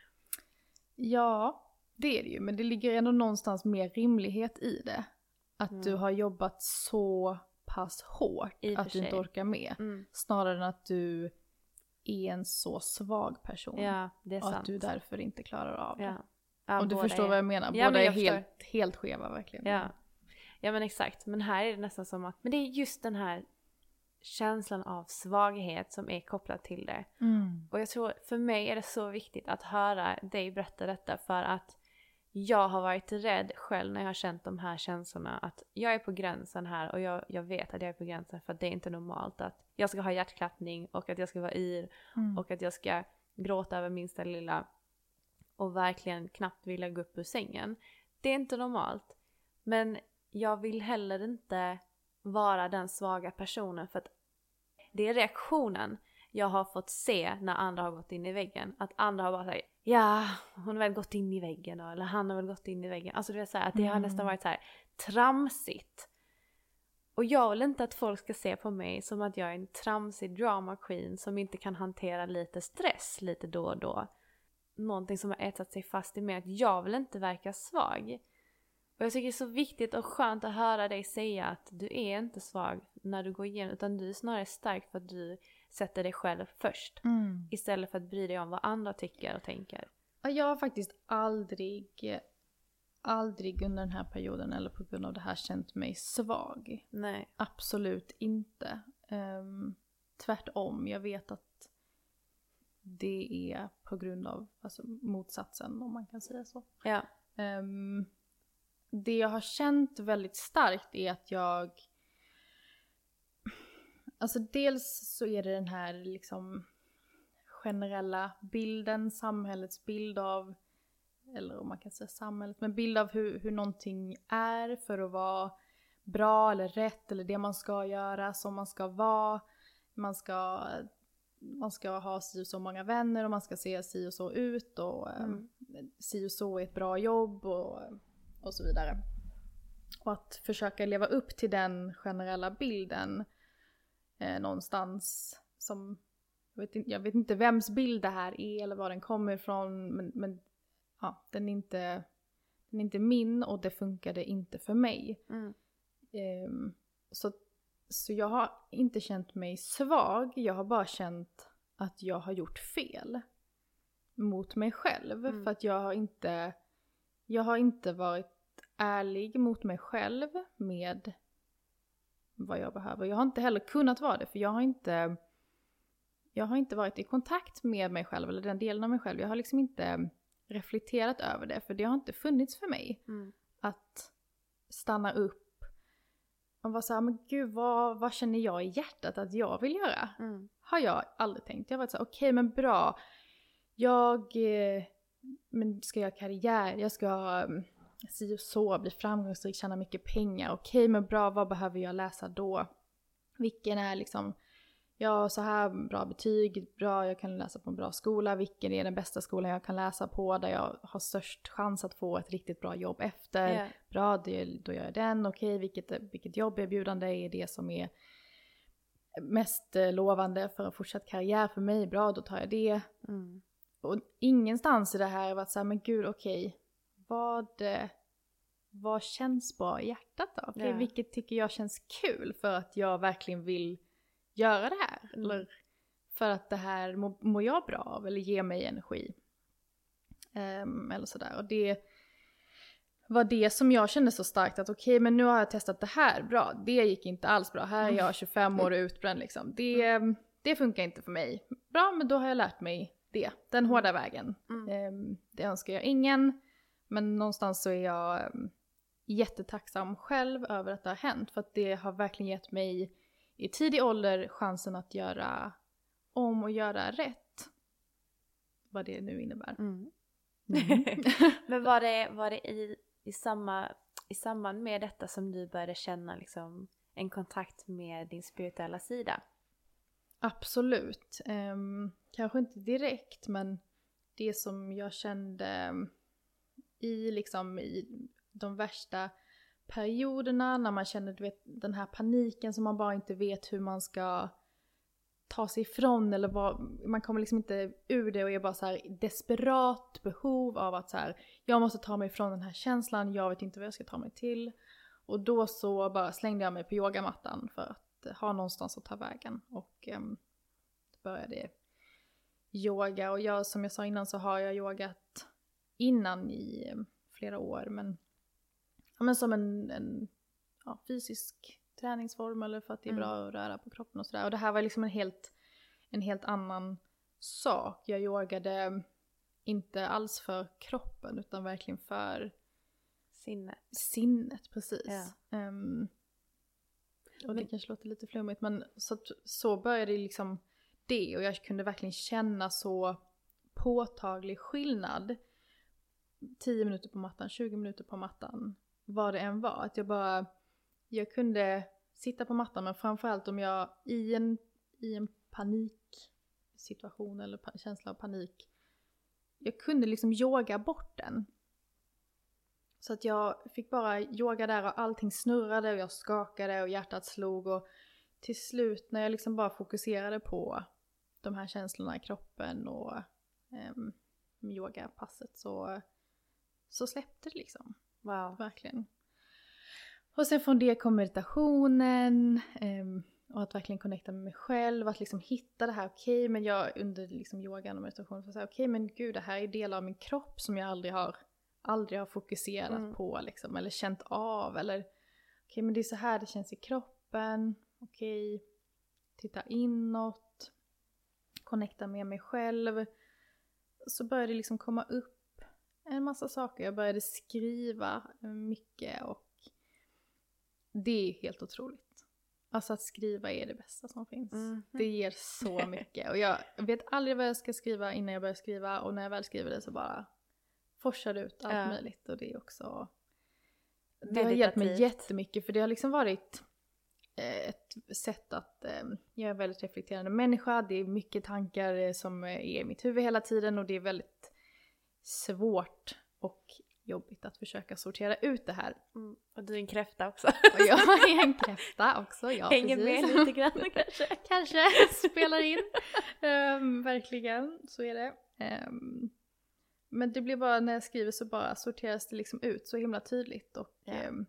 Ja, det är det ju. Men det ligger ändå någonstans mer rimlighet i det. Att Mm. du har jobbat så pass hårt I och för att du inte sig. orkar med. Mm. Snarare än att du är en så svag person. Ja, det är och sant. att du därför inte klarar av det. Ja. Ja, Om du båda förstår är... vad jag menar. Ja, Båda men är jag förstår. helt, helt skeva verkligen. Ja. ja, men exakt. Men här är det nästan som att... Men det är just den här känslan av svaghet som är kopplad till det. Mm. Och jag tror, för mig är det så viktigt att höra dig berätta detta för att jag har varit rädd själv när jag har känt de här känslorna att jag är på gränsen här och jag, jag vet att jag är på gränsen för att det är inte normalt att jag ska ha hjärtklappning och att jag ska vara yr Mm. och att jag ska gråta över minsta lilla och verkligen knappt vilja gå upp ur sängen. Det är inte normalt. Men jag vill heller inte vara den svaga personen för att det är reaktionen jag har fått se när andra har gått in i väggen. Att andra har bara sagt, ja, hon har väl gått in i väggen då, eller han har väl gått in i väggen. Alltså det vill säga att det har Mm. nästan varit så här tramsigt. Och jag vill inte att folk ska se på mig som att jag är en tramsig drama queen som inte kan hantera lite stress lite då och då. Någonting som har ätat sig fast i mig att jag vill inte verka svag. Och jag tycker det är så viktigt och skönt att höra dig säga att du är inte svag när du går igenom, utan du är snarare stark för att du sätter dig själv först. Mm. Istället för att bry dig om vad andra tycker och tänker. Ja, jag har faktiskt aldrig, aldrig under den här perioden eller på grund av det här känt mig svag. Nej. Absolut inte. Um, tvärtom, jag vet att det är på grund av alltså, motsatsen, om man kan säga så. Ja. Um, det jag har känt väldigt starkt är att jag... Alltså dels så är det den här liksom generella bilden, samhällets bild av, eller om man kan säga samhället, men bild av hur, hur någonting är för att vara bra eller rätt eller det man ska göra, som man ska vara. Man ska, man ska ha si och så många vänner och man ska se si och så ut och mm. si och så är ett bra jobb och, och så vidare. Och att försöka leva upp till den generella bilden eh, någonstans som, jag vet, inte, jag vet inte vems bild det här är eller var den kommer ifrån, men, men ja, den, är inte, den är inte min och det funkade inte för mig. Mm. Eh, så, så jag har inte känt mig svag, jag har bara känt att jag har gjort fel mot mig själv. Mm. För att jag har inte, jag har inte varit ärlig mot mig själv med vad jag behöver. Jag har inte heller kunnat vara det, för jag har inte jag har inte varit i kontakt med mig själv eller den delen av mig själv. Jag har liksom inte reflekterat över det, för det har inte funnits för mig Mm. att stanna upp och vara så här, men gud, vad, vad känner jag i hjärtat att jag vill göra? Mm. Har jag aldrig tänkt. Jag har varit så här, okej, okay, men bra. jag eh, men ska göra karriär, jag ska um, si och så, bli framgångsrik, tjäna mycket pengar. Okej, okay, men bra, vad behöver jag läsa då? Vilken är liksom, ja så här bra betyg, bra, jag kan läsa på en bra skola. Vilken är den bästa skolan jag kan läsa på där jag har störst chans att få ett riktigt bra jobb efter? Yeah. Bra, det, då gör jag den. Okej, okay, vilket, vilket jobberbjudande är det som är mest lovande för en fortsatt karriär för mig? Bra, då tar jag det. Mm. Och ingenstans i det här har varit så här, men gud okej, okay, vad, vad känns bra i hjärtat då? Okay, yeah. Vilket tycker jag känns kul för att jag verkligen vill göra det här. Mm. Eller för att det här må, må jag bra av eller ger mig energi. Um, eller sådär. Och det var det som jag kände så starkt att okej, okay, men nu har jag testat det här. Bra, det gick inte alls bra. Här är jag tjugofem år och utbränd liksom. Det, det funkar inte för mig. Bra, men då har jag lärt mig det. Den hårda vägen. Mm. Um, det önskar jag ingen. Men någonstans så är jag um, jättetacksam själv över att det har hänt. För att det har verkligen gett mig i tidig ålder chansen att göra om och göra rätt. Vad det nu innebär. Mm. Mm. Men var det, var det i, i, samma, i samband med detta som du började känna liksom en kontakt med din spirituella sida? Absolut. Um, kanske inte direkt, men det som jag kände i, liksom, i de värsta perioderna när man känner, du vet, den här paniken som man bara inte vet hur man ska ta sig ifrån eller vad, man kommer liksom inte ur det och är bara så här desperat behov av att så här, jag måste ta mig ifrån den här känslan, jag vet inte vad jag ska ta mig till. Och då så bara slängde jag mig på yogamattan för att ha någonstans att ta vägen och um, började yoga. Och jag, som jag sa innan, så har jag yogat innan i um, flera år, men Ja, men som en, en ja, fysisk träningsform eller för att det är bra mm. att röra på kroppen och sådär. Och det här var liksom en helt, en helt annan sak. Jag yogade inte alls för kroppen utan verkligen för sinnet. Sinnet, precis. Ja. Um, och det men, kanske låter lite flummigt, men så, så började det liksom det. Och jag kunde verkligen känna så påtaglig skillnad. tio minuter på mattan, tjugo minuter på mattan. Vad det än var. Att jag bara, jag kunde sitta på mattan, men framförallt om jag i en, i en paniksituation eller pa- känsla av panik, jag kunde liksom yoga bort den. Så att jag fick bara yoga där och allting snurrade och jag skakade och hjärtat slog och till slut när jag liksom bara fokuserade på de här känslorna i kroppen och um, yogapasset så, så släppte det liksom. Wow. Verkligen. Och sen från det kom meditationen um, och att verkligen connecta med mig själv, att liksom hitta det här, okej, okay, men jag under liksom yogan och meditationen så säga, okej, okay, men gud, det här är delar av min kropp som jag aldrig har aldrig har fokuserat mm. på liksom, eller känt av, eller okej, okay, men det är så här det känns i kroppen, okej, okay, titta inåt, connecta med mig själv. Så började det liksom komma upp en massa saker. Jag började skriva mycket och det är helt otroligt. Alltså att skriva är det bästa som finns. Mm. Det ger så mycket. Och jag vet aldrig vad jag ska skriva innan jag börjar skriva. Och när jag väl skriver det så bara forsar det ut allt ja. möjligt. Och det är också... Det har hjälpt mig jättemycket. För det har liksom varit ett sätt att... Jag är en väldigt reflekterande människa. Det är mycket tankar som är i mitt huvud hela tiden. Och det är väldigt svårt och jobbigt att försöka sortera ut det här. Mm. Och du är en kräfta också. Och jag är en kräfta också, ja. Hänger precis. med lite grann kanske. Kanske, spelar in. Um, verkligen, så är det. Um, men det blir bara, när jag skriver så bara sorteras det liksom ut så himla tydligt. Och ja. um,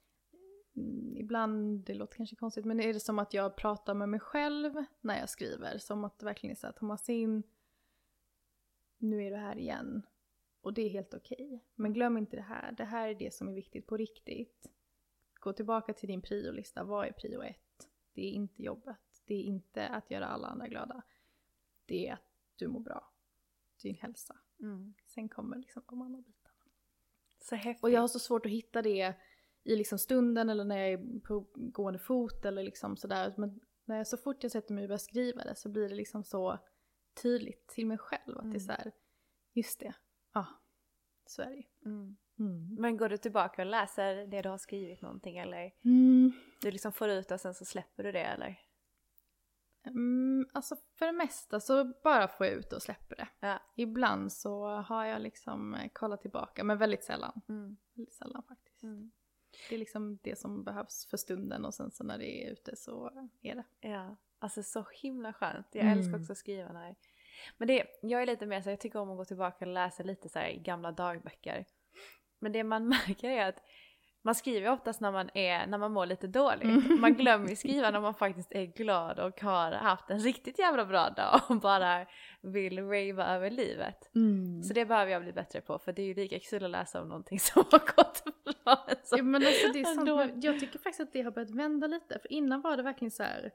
ibland, det låter kanske konstigt, men är det som att jag pratar med mig själv när jag skriver. Som att det verkligen är så här, Thomasin, nu är du här igen. Och det är helt okej. Men glöm inte det här. Det här är det som är viktigt på riktigt. Gå tillbaka till din priolista. Vad är prio ett? Det är inte jobbet. Det är inte att göra alla andra glada. Det är att du mår bra. Din hälsa. Mm. Sen kommer liksom de andra bitarna. Så häftigt. Och jag har så svårt att hitta det i liksom stunden. Eller när jag är på gående fot. Eller liksom sådär. Men när jag, så fort jag sätter mig och börjar skriva det så blir det liksom så tydligt till mig själv. Att Mm. det är så här, just det, ja, så är det ju. Mm. Mm. Men går du tillbaka och läser det du har skrivit någonting eller? Mm. Du liksom får ut och sen så släpper du det eller? Mm, alltså för det mesta så bara får jag ut och släpper det. Ja. Ibland så har jag liksom eh, kollat tillbaka, men väldigt sällan. Mm. Väldigt sällan faktiskt. Mm. Det är liksom det som behövs för stunden och sen så när det är ute så är det. Ja, alltså så himla skönt. Jag Mm. älskar också att skriva när. Men det, jag är lite mer så jag tycker om att gå tillbaka och läsa lite så här gamla dagböcker. Men det man märker är att man skriver oftast när man är när man mår lite dåligt. Mm. Man glömmer ju skriva när man faktiskt är glad och har haft en riktigt jävla bra dag och bara vill rava över livet. Mm. Så det behöver jag bli bättre på, för det är ju lika kul att läsa om någonting som har gått bra. Så. Ja, men alltså det är sant, Ändå. men jag tycker faktiskt att det har börjat vända lite. För innan var det verkligen så här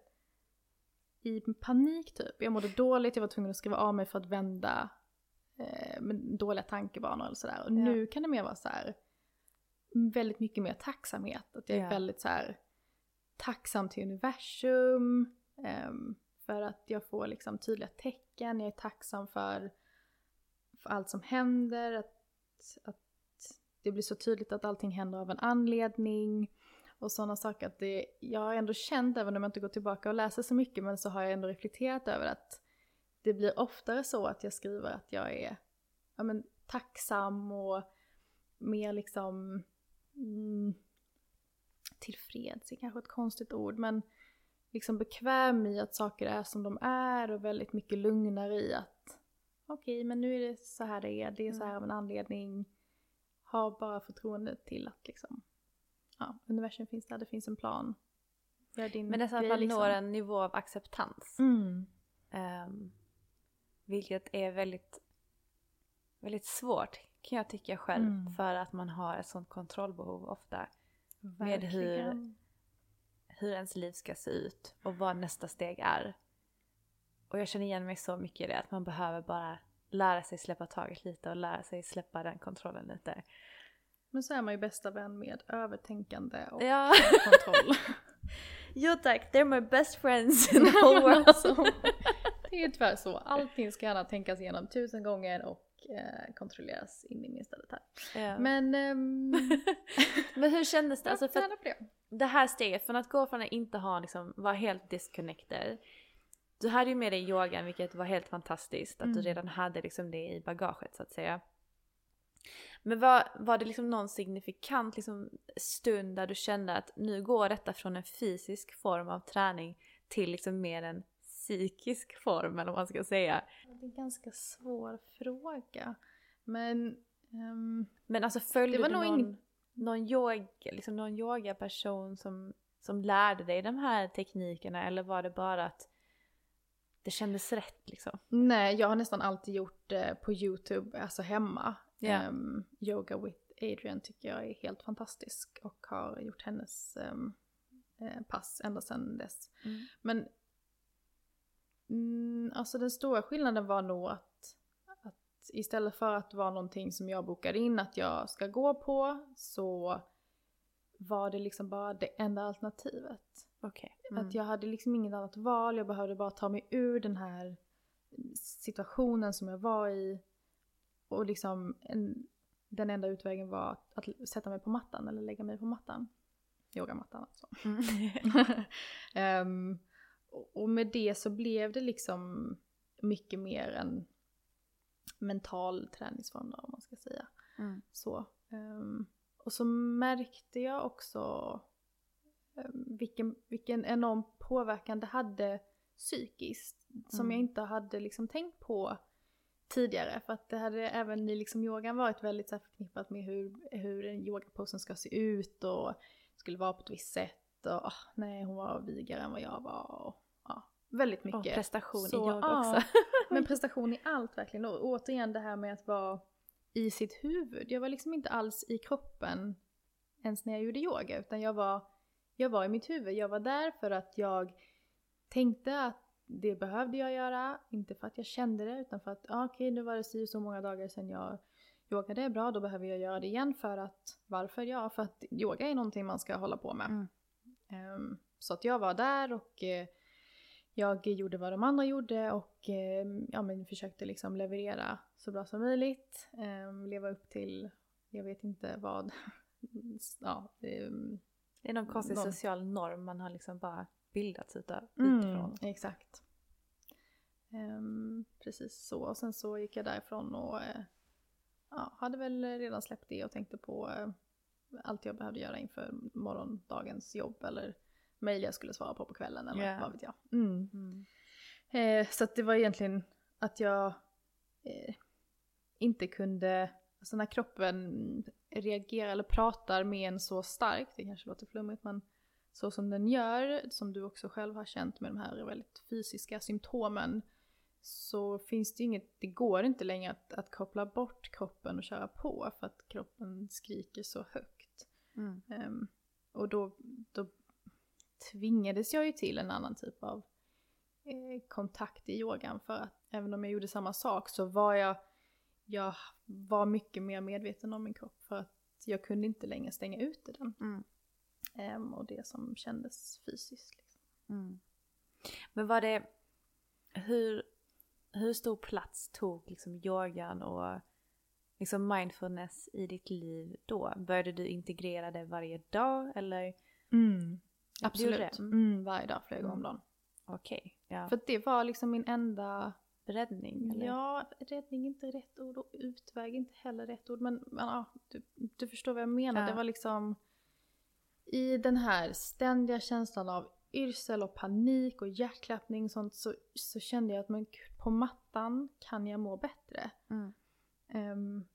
i panik typ. Jag mådde dåligt, jag var tvungen att skriva av mig för att vända eh, med dåliga tankebanor eller sådär. Och Ja. nu kan det mer vara så här väldigt mycket mer tacksamhet. Att jag är Ja. väldigt så här tacksam till universum. ehm, för att jag får liksom tydliga tecken. Jag är tacksam för, för allt som händer. Att, att det blir så tydligt att allting händer av en anledning. Och sådana saker. Att det, jag har ändå känt, även om jag inte går tillbaka och läser så mycket, men så har jag ändå reflekterat över att det blir oftare så att jag skriver att jag är ja, men, tacksam och mer liksom mm, tillfreds, är kanske ett konstigt ord, men liksom bekväm i att saker är som de är och väldigt mycket lugnare i att okej, okay, men nu är det så här det är, det är så här av en anledning. Ha bara förtroende till att liksom ja, universum finns där, det finns en plan. Din Men det är så att grej, man liksom. når en nivå av acceptans. Mm. Um, vilket är väldigt, väldigt svårt kan jag tycka själv. Mm. För att man har ett sånt kontrollbehov ofta. Verkligen. Med hur, hur ens liv ska se ut och vad nästa steg är. Och jag känner igen mig så mycket i det. Att man behöver bara lära sig släppa taget lite och lära sig släppa den kontrollen lite. Men så är man ju bästa vän med övertänkande och Ja. kontroll. Jo tack, they're my best friends in the whole world. Alltså, det är tyvärr så. Allting ska gärna tänkas igenom tusen gånger och eh, kontrolleras in i minsta detalj. Ja. Men, ehm, Men hur kändes det? Alltså för gärna på det. det här steget, från att gå från att inte ha liksom, vara helt disconnected. Du hade ju med dig yogan, vilket var helt fantastiskt. Att Mm. du redan hade liksom det i bagaget så att säga. Men var, var det liksom någon signifikant liksom stund där du kände att nu går detta från en fysisk form av träning till liksom mer en psykisk form, eller vad man ska säga? Det är en ganska svår fråga. Men ehm, Men alltså följde Det var du nog någon, ingen- någon, yoga, liksom någon yogaperson som, som lärde dig de här teknikerna, eller var det bara att det kändes rätt liksom? nej, jag har nästan alltid gjort det på YouTube, alltså hemma. Ja. Ehm, Yoga with Adriene tycker jag är helt fantastisk och har gjort hennes ehm, eh, pass ända sedan dess. Mm. Men mm, alltså den stora skillnaden var nog att, att istället för att vara någonting som jag bokade in att jag ska gå på, så var det liksom bara det enda alternativet. Okej. Att jag hade liksom inget annat val, jag behövde bara ta mig ur den här situationen som jag var i. Och liksom en, den enda utvägen var att, att sätta mig på mattan eller lägga mig på mattan. Yogamattan alltså. Mm. um, och, och med det så blev det liksom mycket mer en mental träningsform då, om man ska säga. Mm. Så. Um, och så märkte jag också um, vilken, vilken enorm påverkan det hade psykiskt. Som Mm. jag inte hade liksom tänkt på tidigare. För att det hade även i liksom yogan varit väldigt så här förknippat med hur, hur en yogaposen ska se ut. Och skulle vara på ett visst sätt. Och oh, nej, hon var vigare än vad jag var. Och, ja, väldigt mycket. Och prestation Så, i yoga ja, också. men prestation i allt verkligen. Och återigen det här med att vara i sitt huvud. Jag var liksom inte alls i kroppen ens när jag gjorde yoga. Utan jag var, jag var i mitt huvud. Jag var där för att jag tänkte att det behövde jag göra. Inte för att jag kände det. Utan för att ah, okej, okay, nu var det så, så många dagar sedan jag yogade. Är bra, då behöver jag göra det igen. För att, varför? Ja, för att yoga är någonting man ska hålla på med. Mm. Um, så att jag var där och uh, jag gjorde vad de andra gjorde och eh, ja, men försökte liksom leverera så bra som möjligt. Eh, leva upp till, jag vet inte vad. ja, eh, det är någon konstig någon... social norm man har liksom bara bildat utav mm, utifrån. Exakt. Eh, precis så. Och sen så gick jag därifrån och eh, ja, hade väl redan släppt det och tänkte på eh, allt jag behövde göra inför morgondagens jobb eller mejl jag skulle svara på på kvällen eller yeah. vad vet jag. Mm. Mm. Eh, så att det var egentligen att jag eh, inte kunde, alltså när kroppen reagerar eller pratar med en så starkt, det kanske låter flummigt men så som den gör, som du också själv har känt med de här väldigt fysiska symptomen, så finns det inget, det går inte längre att, att koppla bort kroppen och köra på för att kroppen skriker så högt. Mm. Um, och då, då tvingades jag ju till en annan typ av eh, kontakt i yogan, för att även om jag gjorde samma sak så var jag, jag var mycket mer medveten om min kropp för att jag kunde inte längre stänga ute den. Mm. Um, och det som kändes fysiskt. Liksom. Mm. Men var det, hur, hur stor plats tog liksom yogan och liksom mindfulness i ditt liv då? Började du integrera det varje dag eller? Mm. Absolut, mm, varje dag, flera gånger om dagen. Okej, okay. Ja. För det var liksom min enda räddning, eller? Ja, räddning är inte rätt ord och utväg inte heller rätt ord. Men, men ja, du, du förstår vad jag menar. Ja. Det var liksom i den här ständiga känslan av yrsel och panik och hjärtklappning och sånt, så, så kände jag att men, på mattan kan jag må bättre. Mm. Um,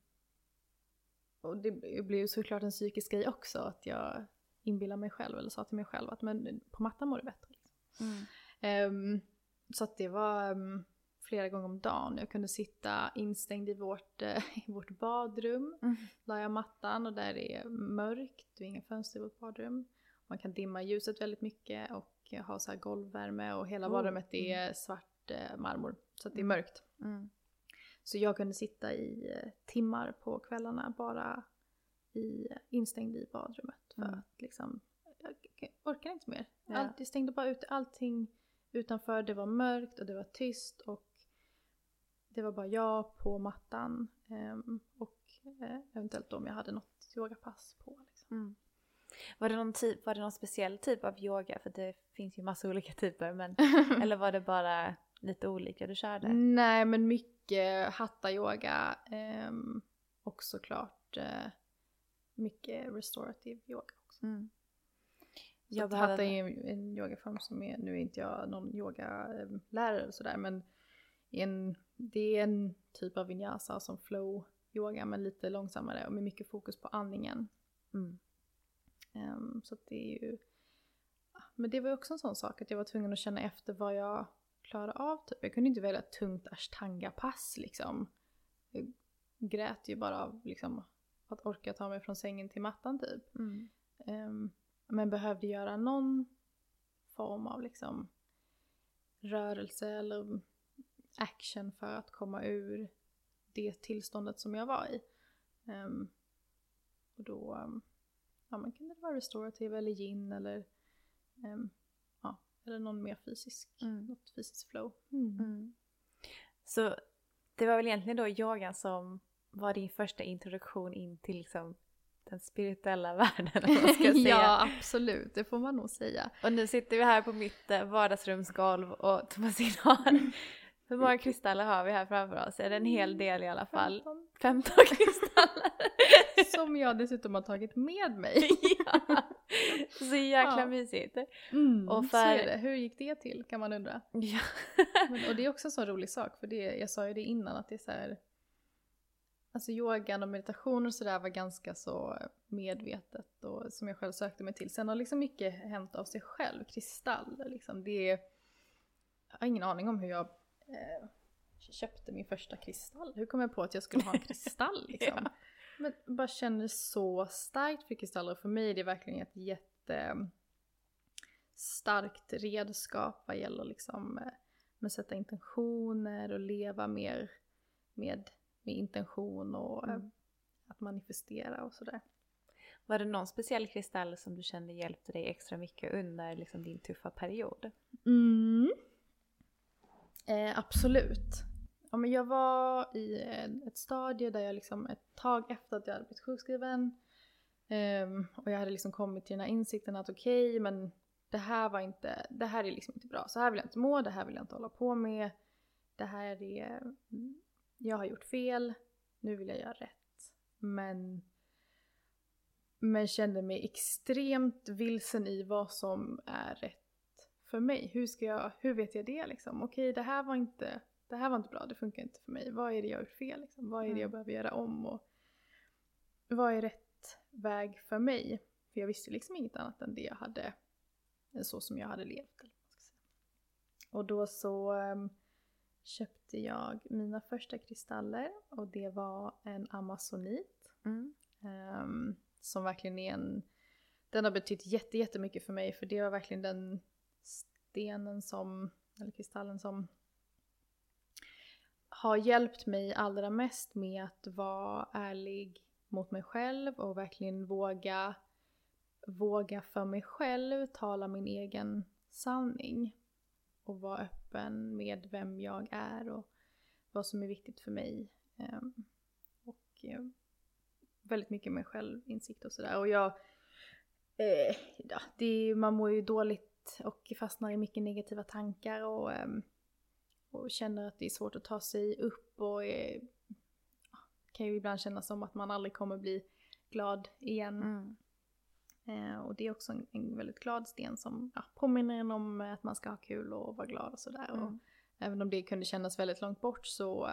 och det blev såklart en psykisk grej också, att jag inbillar mig själv eller sa till mig själv att men, på mattan mår det bättre. Liksom. Mm. Um, så att det var um, flera gånger om dagen. Jag kunde sitta instängd i vårt, uh, i vårt badrum. Mm. Där jag mattan och där det är mörkt. Det är inga fönster i vårt badrum. Man kan dimma ljuset väldigt mycket och ha så här golvvärme. Och hela oh. badrummet är mm. svart uh, marmor. Så att det är mörkt. Mm. Så jag kunde sitta i uh, timmar på kvällarna bara i, instängd i badrummet. För mm. att liksom, jag, jag orkar inte mer. Ja. Allt, jag stängde bara ut allting utanför. Det var mörkt och det var tyst. Och det var bara jag på mattan. Um, och uh, eventuellt om jag hade något yogapass på. Liksom. Mm. Var det någon typ, var det någon speciell typ av yoga? För det finns ju massa olika typer. Men, eller var det bara lite olika du körde? Nej, men mycket hatta-yoga. Um, och såklart uh, mycket restorative yoga också. Mm. Jag så hatta är en, en yogaform som är, nu är inte jag någon yogalärare och sådär, men en, det är en typ av vinyasa som flow yoga, men lite långsammare och med mycket fokus på andningen. Mm. Um, så att det är ju, men det var också en sån sak att jag var tvungen att känna efter vad jag klarade av. Typ. Jag kunde inte välja ett tungt ashtanga-pass liksom. Jag grät ju bara av liksom att orka ta mig från sängen till mattan typ. Mm. Um, men behövde göra någon form av liksom rörelse eller action för att komma ur det tillståndet som jag var i. Um, och då um, ja, men kunde det vara restorative eller yin eller um, ja, eller någon mer fysisk, mm. något fysiskt flow. Mm. Mm. Så det var väl egentligen då yogan som var din första introduktion in till liksom den spirituella världen, om man ska säga. Ja, absolut. Det får man nog säga. Och nu sitter vi här på mitt vardagsrumsgolv och Thomasin har... Hur många kristaller har vi här framför oss? Är det en hel del i alla fall? femton. femton kristaller. Som jag dessutom har tagit med mig. Ja. Så jäkla ja. mysigt. Mm, och för... Så är det. Hur gick det till, kan man undra. Ja. Men, och det är också en sån rolig sak. För det, jag sa ju det innan att det är så här... Alltså yogan och meditation och sådär var ganska så medvetet och som jag själv sökte mig till. Sen har liksom mycket hänt av sig själv. Kristaller liksom. Det är... Jag har ingen aning om hur jag eh, köpte min första kristall. Hur kom jag på att jag skulle ha en kristall liksom? Ja. Men bara känner så starkt för kristaller. För mig är det verkligen ett jätte starkt redskap vad gäller liksom eh, med sätta intentioner och leva mer med med intention och mm. att manifestera och sådär. Var det någon speciell kristall som du kände hjälpte dig extra mycket under liksom din tuffa period? Mm. Eh, absolut. Ja, men jag var i ett stadie där jag liksom ett tag efter att jag hade blivit sjukskriven um, och jag hade liksom kommit till den här insikten att okej, okay, men det här var inte, det här är liksom inte bra. Så här vill jag inte må, det här vill jag inte hålla på med. Det här är, jag har gjort fel, nu vill jag göra rätt. Men, men kände mig extremt vilsen i vad som är rätt för mig. Hur ska jag, hur vet jag det liksom? Okej, okay, det här var inte... Det här var inte bra, det funkar inte för mig. Vad är det jag har gjort fel? Liksom? Vad är det jag behöver göra om? Och vad är rätt väg för mig? För jag visste liksom inget annat än det jag hade, så som jag hade levt. Eller vad man ska säga. Och då så um, köpte jag mina första kristaller. Och det var en amazonit. Mm. Um, som verkligen är en... Den har betytt jätte, jättemycket för mig. För det var verkligen den stenen som... Eller kristallen som... har hjälpt mig allra mest med att vara ärlig mot mig själv och verkligen våga våga för mig själv tala min egen sanning och vara öppen med vem jag är och vad som är viktigt för mig och väldigt mycket med självinsikt och sådär. Och jag eh, ja, det, man mår ju dåligt och fastnar i mycket negativa tankar och och känner att det är svårt att ta sig upp och är, kan ju ibland kännas som att man aldrig kommer bli glad igen. Mm. Eh, och det är också en, en väldigt glad sten som ja, påminner en om att man ska ha kul och vara glad och sådär. Mm. Och även om det kunde kännas väldigt långt bort så,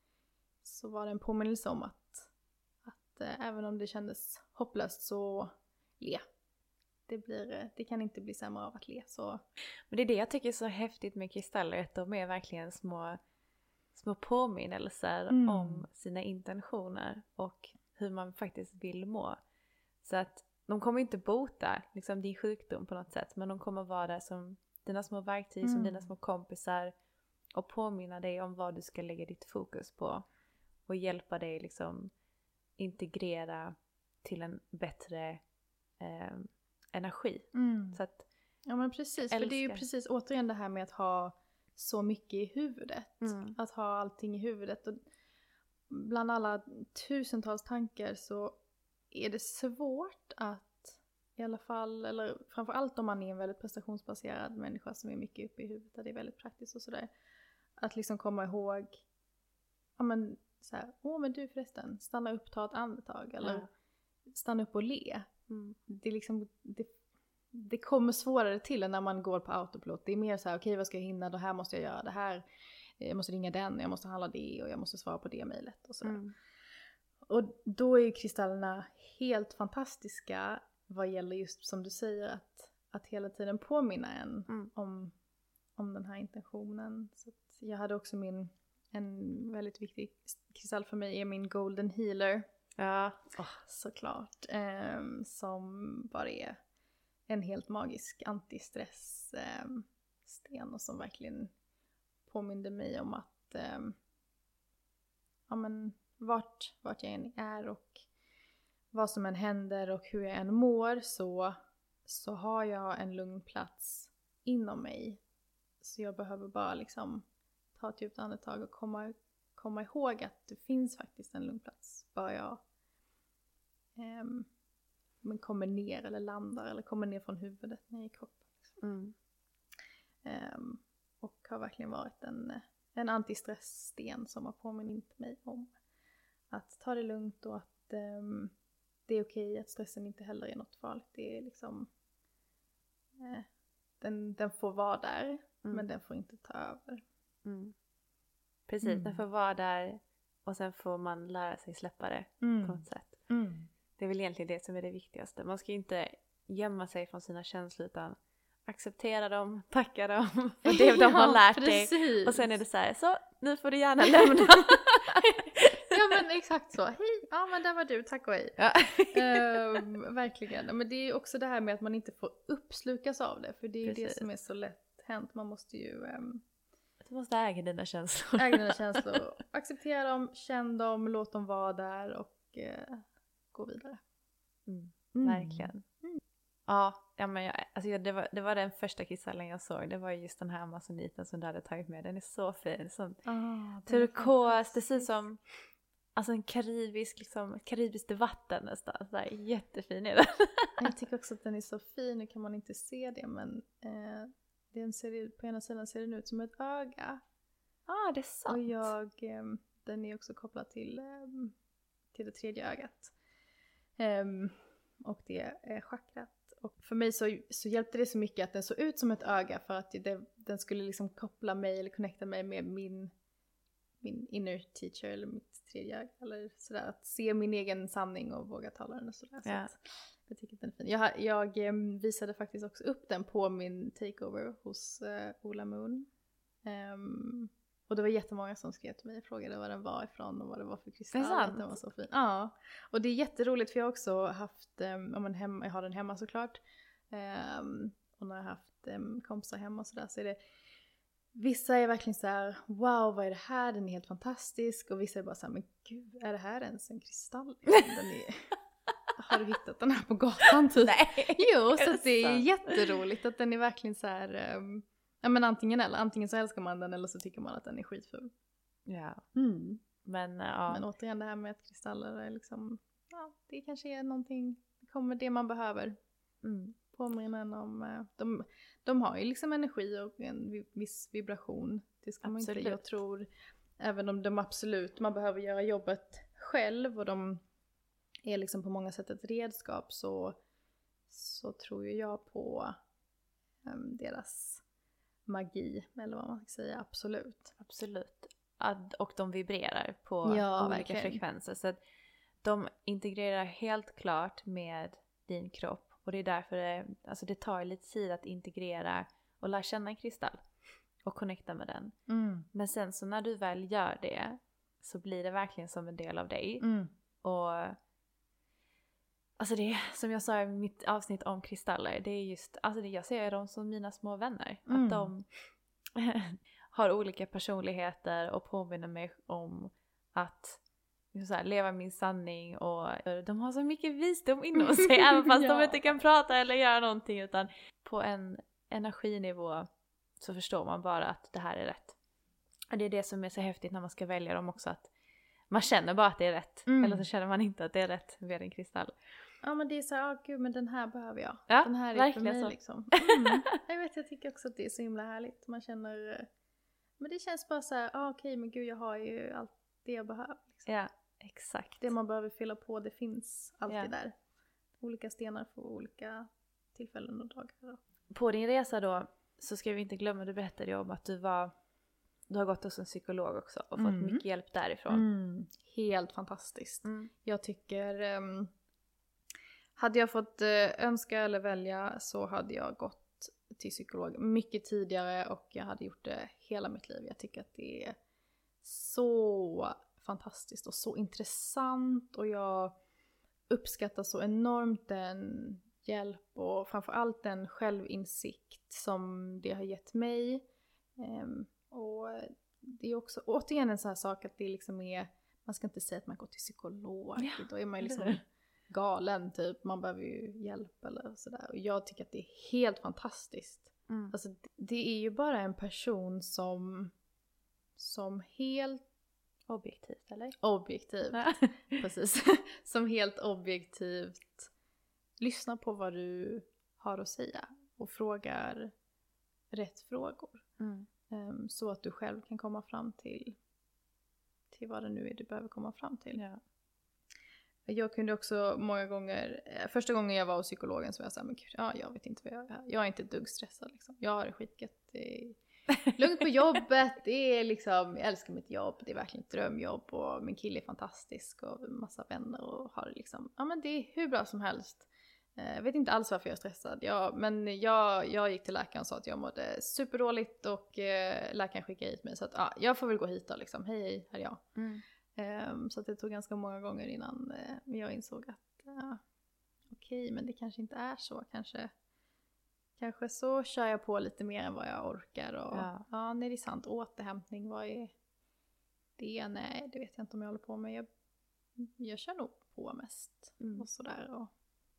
så var det en påminnelse om att, att eh, även om det kändes hopplöst så le. Det, blir, det kan inte bli sämre av att le. Så. Men det är det jag tycker är så häftigt med kristaller. Att de är verkligen små, små påminnelser mm. om sina intentioner. Och hur man faktiskt vill må. Så att de kommer inte bota liksom, din sjukdom på något sätt. Men de kommer vara där som dina små verktyg. Mm. Som dina små kompisar. Och påminna dig om vad du ska lägga ditt fokus på. Och hjälpa dig liksom integrera till en bättre... Eh, energi. Mm. Så att ja men precis, älskar. För det är ju precis återigen det här med att ha så mycket i huvudet. Mm. Att ha allting i huvudet. Och bland alla tusentals tankar så är det svårt att i alla fall, eller framförallt om man är en väldigt prestationsbaserad människa som är mycket uppe i huvudet, där det är väldigt praktiskt och sådär. Att liksom komma ihåg ja men så här, åh men du förresten, stanna upp, ta ett andetag eller ja. Stanna upp och le. Mm. Det, liksom, det, det kommer svårare till än när man går på autopilot. Det är mer så här, okej okay, vad ska jag hinna? Det här måste jag göra, det här. Jag måste ringa den, jag måste handla det och jag måste svara på det mejlet och så. Mm. Och då är ju kristallerna helt fantastiska vad gäller just som du säger att, att hela tiden påminna en mm. om, om den här intentionen. Så att jag hade också min, en väldigt viktig kristall för mig är min Golden Healer. Ja, oh, såklart. Um, som bara är en helt magisk antistress um, sten och som verkligen påminde mig om att um, ja, men, vart, vart jag än är och vad som än händer och hur jag än mår så, så har jag en lugn plats inom mig. Så jag behöver bara liksom ta ett djupt andetag och komma, komma ihåg att det finns faktiskt en lugn plats. Bara jag um, men kommer ner eller landar eller kommer ner från huvudet ner i kroppen. Liksom. Mm. Um, och har verkligen varit en, en antistresssten som har påmint mig om att ta det lugnt och att um, det är okej att stressen inte heller är något farligt. Det är liksom eh, den, den får vara där mm. men den får inte ta över. Mm. Precis, mm. den får vara där och sen får man lära sig släppa det mm. på något sätt. Mm. Det är väl egentligen det som är det viktigaste. Man ska inte gömma sig från sina känslor utan acceptera dem, tacka dem för det ja, de har lärt precis. dig. Och sen är det så här, så nu får du gärna lämna. Ja men exakt så. Hej, ja men där var du, tack och hej. Ja. um, verkligen. Men det är också det här med att man inte får uppslukas av det. För det är ju det som är så lätt hänt. Man måste ju... Um, du måste äga dina känslor. Äga dina känslor. Acceptera dem, känn dem, låt dem vara där och uh, gå vidare. Mm. Mm. Verkligen. Mm. Ja, ja men jag, alltså jag, det, var, det var den första kristallen jag såg. Det var just den här amazoniten som du hade tagit med. Den är så fin. Sån Ah, turkos, det ser ut som alltså en karibisk, liksom, karibiskt vatten nästan. Så här, jättefin är den. Jag tycker också att den är så fin. Nu kan man inte se det, men eh, den ser ut, på ena sidan ser den ut som ett öga. Ja, ah, det är sant. Och jag, eh, den är också kopplad till, eh, till det tredje ögat. Um, och det är chakrat. Och för mig så, så hjälpte det så mycket att den såg ut som ett öga, för att det, den skulle liksom koppla mig eller connecta mig med min, min inner teacher eller mitt tredje öga eller sådär. Att se min egen sanning och våga tala den och sådär. Så ja. att jag tycker att den är fin. Jag, jag um, visade faktiskt också upp den på min takeover hos uh, Ola Moon. Um, Och det var jättemånga som skrev till mig och frågade vad den var ifrån och vad det var för kristall. Det är sant. Att den var så fin. Ja, och det är jätteroligt för jag har också haft, um, om hem, jag har den hemma såklart. Um, och när jag har haft um, kompisar hemma och sådär så är det, vissa är verkligen så här: wow, vad är det här? Den är helt fantastisk. Och vissa är bara så här: men gud, är det här ens en kristall? Den är, har du hittat den här på gatan typ? Nej. Jo, så att det är jätteroligt att den är verkligen så här... Um, ja men antingen eller, antingen så älskar man den eller så tycker man att den är skitful. Ja. Mm. Men, ja. Men återigen det här med att kristaller är liksom, ja det kanske är någonting, det kommer det man behöver. Mm. Påminna en om, de, de har ju liksom energi och en viss vibration. Det ska man Absolut. inte, jag tror, även om de absolut, man behöver göra jobbet själv och de är liksom på många sätt ett redskap, så, så tror ju jag på um, deras magi, eller vad man ska säga, absolut. Absolut. Att, och de vibrerar på Ja, olika verkligen. frekvenser. Så att de integrerar helt klart med din kropp. Och det är därför det, alltså det tar lite tid att integrera och lära känna en kristall. Och connecta med den. Mm. Men sen så när du väl gör det så blir det verkligen som en del av dig. Mm. Och alltså det är, som jag sa i mitt avsnitt om kristaller, det är just, alltså det, jag ser dem som mina små vänner. Mm. Att de har olika personligheter och påminner mig om att så här, leva min sanning, och de har så mycket visdom inom sig även fast Ja. de inte kan prata eller göra någonting, utan på en energinivå så förstår man bara att det här är rätt. Och det är det som är så häftigt när man ska välja dem också, att man känner bara att det är rätt. Mm. Eller så känner man inte att det är rätt med en kristall. Ja men det är så här, oh, gud men den här behöver jag. Ja, den här är verkligen för mig så. liksom. Mm. Jag vet, jag tycker också att det är så himla härligt. Man känner, men det känns bara så här, ah, okej okay, men gud jag har ju allt det jag behöver. Liksom. Ja, exakt. Det man behöver fylla på, det finns alltid Ja. där. Olika stenar för olika tillfällen och dagar. Då. På din resa då så ska vi inte glömma, du berättade ju om att du var, du har gått hos en psykolog också och Mm. fått mycket hjälp därifrån. Mm. Helt fantastiskt. Mm. Jag tycker, um, hade jag fått uh, önska eller välja så hade jag gått till psykolog mycket tidigare, och jag hade gjort det hela mitt liv. Jag tycker att det är så fantastiskt och så intressant, och jag uppskattar så enormt den hjälp och framförallt den självinsikt som det har gett mig. Um, och det är också återigen en sån här sak att det liksom är, man ska inte säga att man går till psykolog, Ja, då är man ju liksom eller hur? galen typ, man behöver ju hjälp eller sådär. Och jag tycker att det är helt fantastiskt. Mm. Alltså det är ju bara en person som som helt Objektivt, eller? objektivt, precis, som helt objektivt lyssnar på vad du har att säga och frågar rätt frågor. Mm. Um, så att du själv kan komma fram till till vad det nu är du behöver komma fram till. Ja. Jag kunde också många gånger, första gången jag var hos psykologen så var jag såhär, men gud, ja, jag vet inte vad jag gör. Jag är inte ett dugg stressad liksom. Jag har det skitgött, det är lugnt på jobbet, det är liksom, jag älskar mitt jobb, det är verkligen ett drömjobb, och min kille är fantastisk och massa vänner och har det liksom, ja men det är hur bra som helst. Jag vet inte alls varför jag är stressad. Jag, men jag, jag gick till läkaren och sa att jag mådde superdåligt, och eh, läkaren skickade hit mig. Så att ah, jag får väl gå hit då liksom. Hej hej, här är jag. Mm. Um, så att det tog ganska många gånger innan uh, jag insåg att uh, okej, okay, men det kanske inte är så. Kanske, kanske så kör jag på lite mer än vad jag orkar. Och, Ja. ja, nej det är sant. Återhämtning, vad är det? Nej, det vet jag inte om jag håller på med. Jag, jag kör nog på mest. Mm. Och sådär och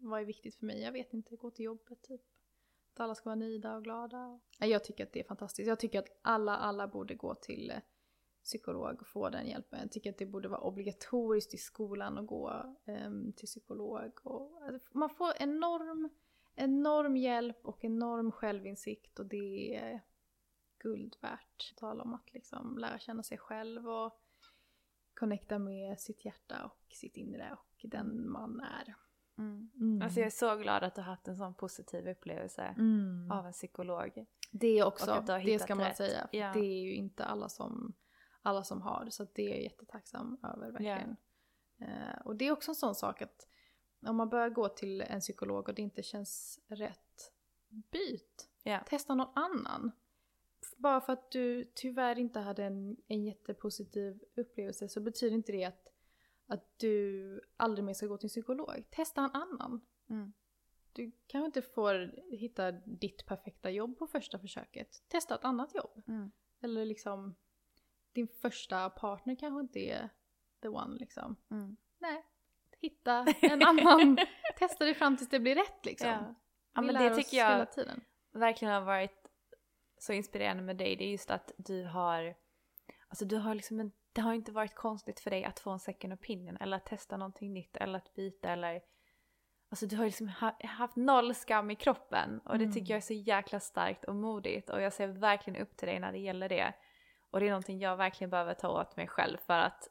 vad är viktigt för mig? Jag vet inte, gå till jobbet typ. Att alla ska vara nöjda och glada. Jag tycker att det är fantastiskt. Jag tycker att alla, alla borde gå till psykolog och få den hjälpen. Jag tycker att det borde vara obligatoriskt i skolan att gå um, till psykolog. Och, alltså, man får enorm, enorm hjälp och enorm självinsikt, och det är guld värt. Tala om att liksom lära känna sig själv och connecta med sitt hjärta och sitt inre och den man är. Mm. Mm. Alltså jag är så glad att du har haft en sån positiv upplevelse Mm. av en psykolog. Det är också, Och det ska man rätt. säga. För Ja. det är ju inte alla som, alla som har det. Så att det är jag jättetacksam över verkligen. Ja. Uh, och det är också en sån sak att om man börjar gå till en psykolog och det inte känns rätt, byt. Ja. Testa någon annan. Bara för att du tyvärr inte hade en, en jättepositiv upplevelse så betyder inte det att, att du aldrig mer ska gå till en psykolog. Testa en annan. Mm. Du kanske inte får hitta ditt perfekta jobb på första försöket. Testa ett annat jobb. Mm. Eller liksom din första partner kanske inte är the one liksom. Mm. Nej, hitta en annan. Testa det fram tills det blir rätt liksom. Ja, ja Vi men lär det oss tycker jag hela tiden. verkligen har varit så inspirerande med dig. Det är just att du har, alltså du har liksom en, det har inte varit konstigt för dig att få en second opinion eller att testa någonting nytt eller att byta eller, alltså du har liksom ha, haft noll skam i kroppen och det tycker jag är så jäkla starkt och modigt och jag ser verkligen upp till dig när det gäller det. Och det är någonting jag verkligen behöver ta åt mig själv för att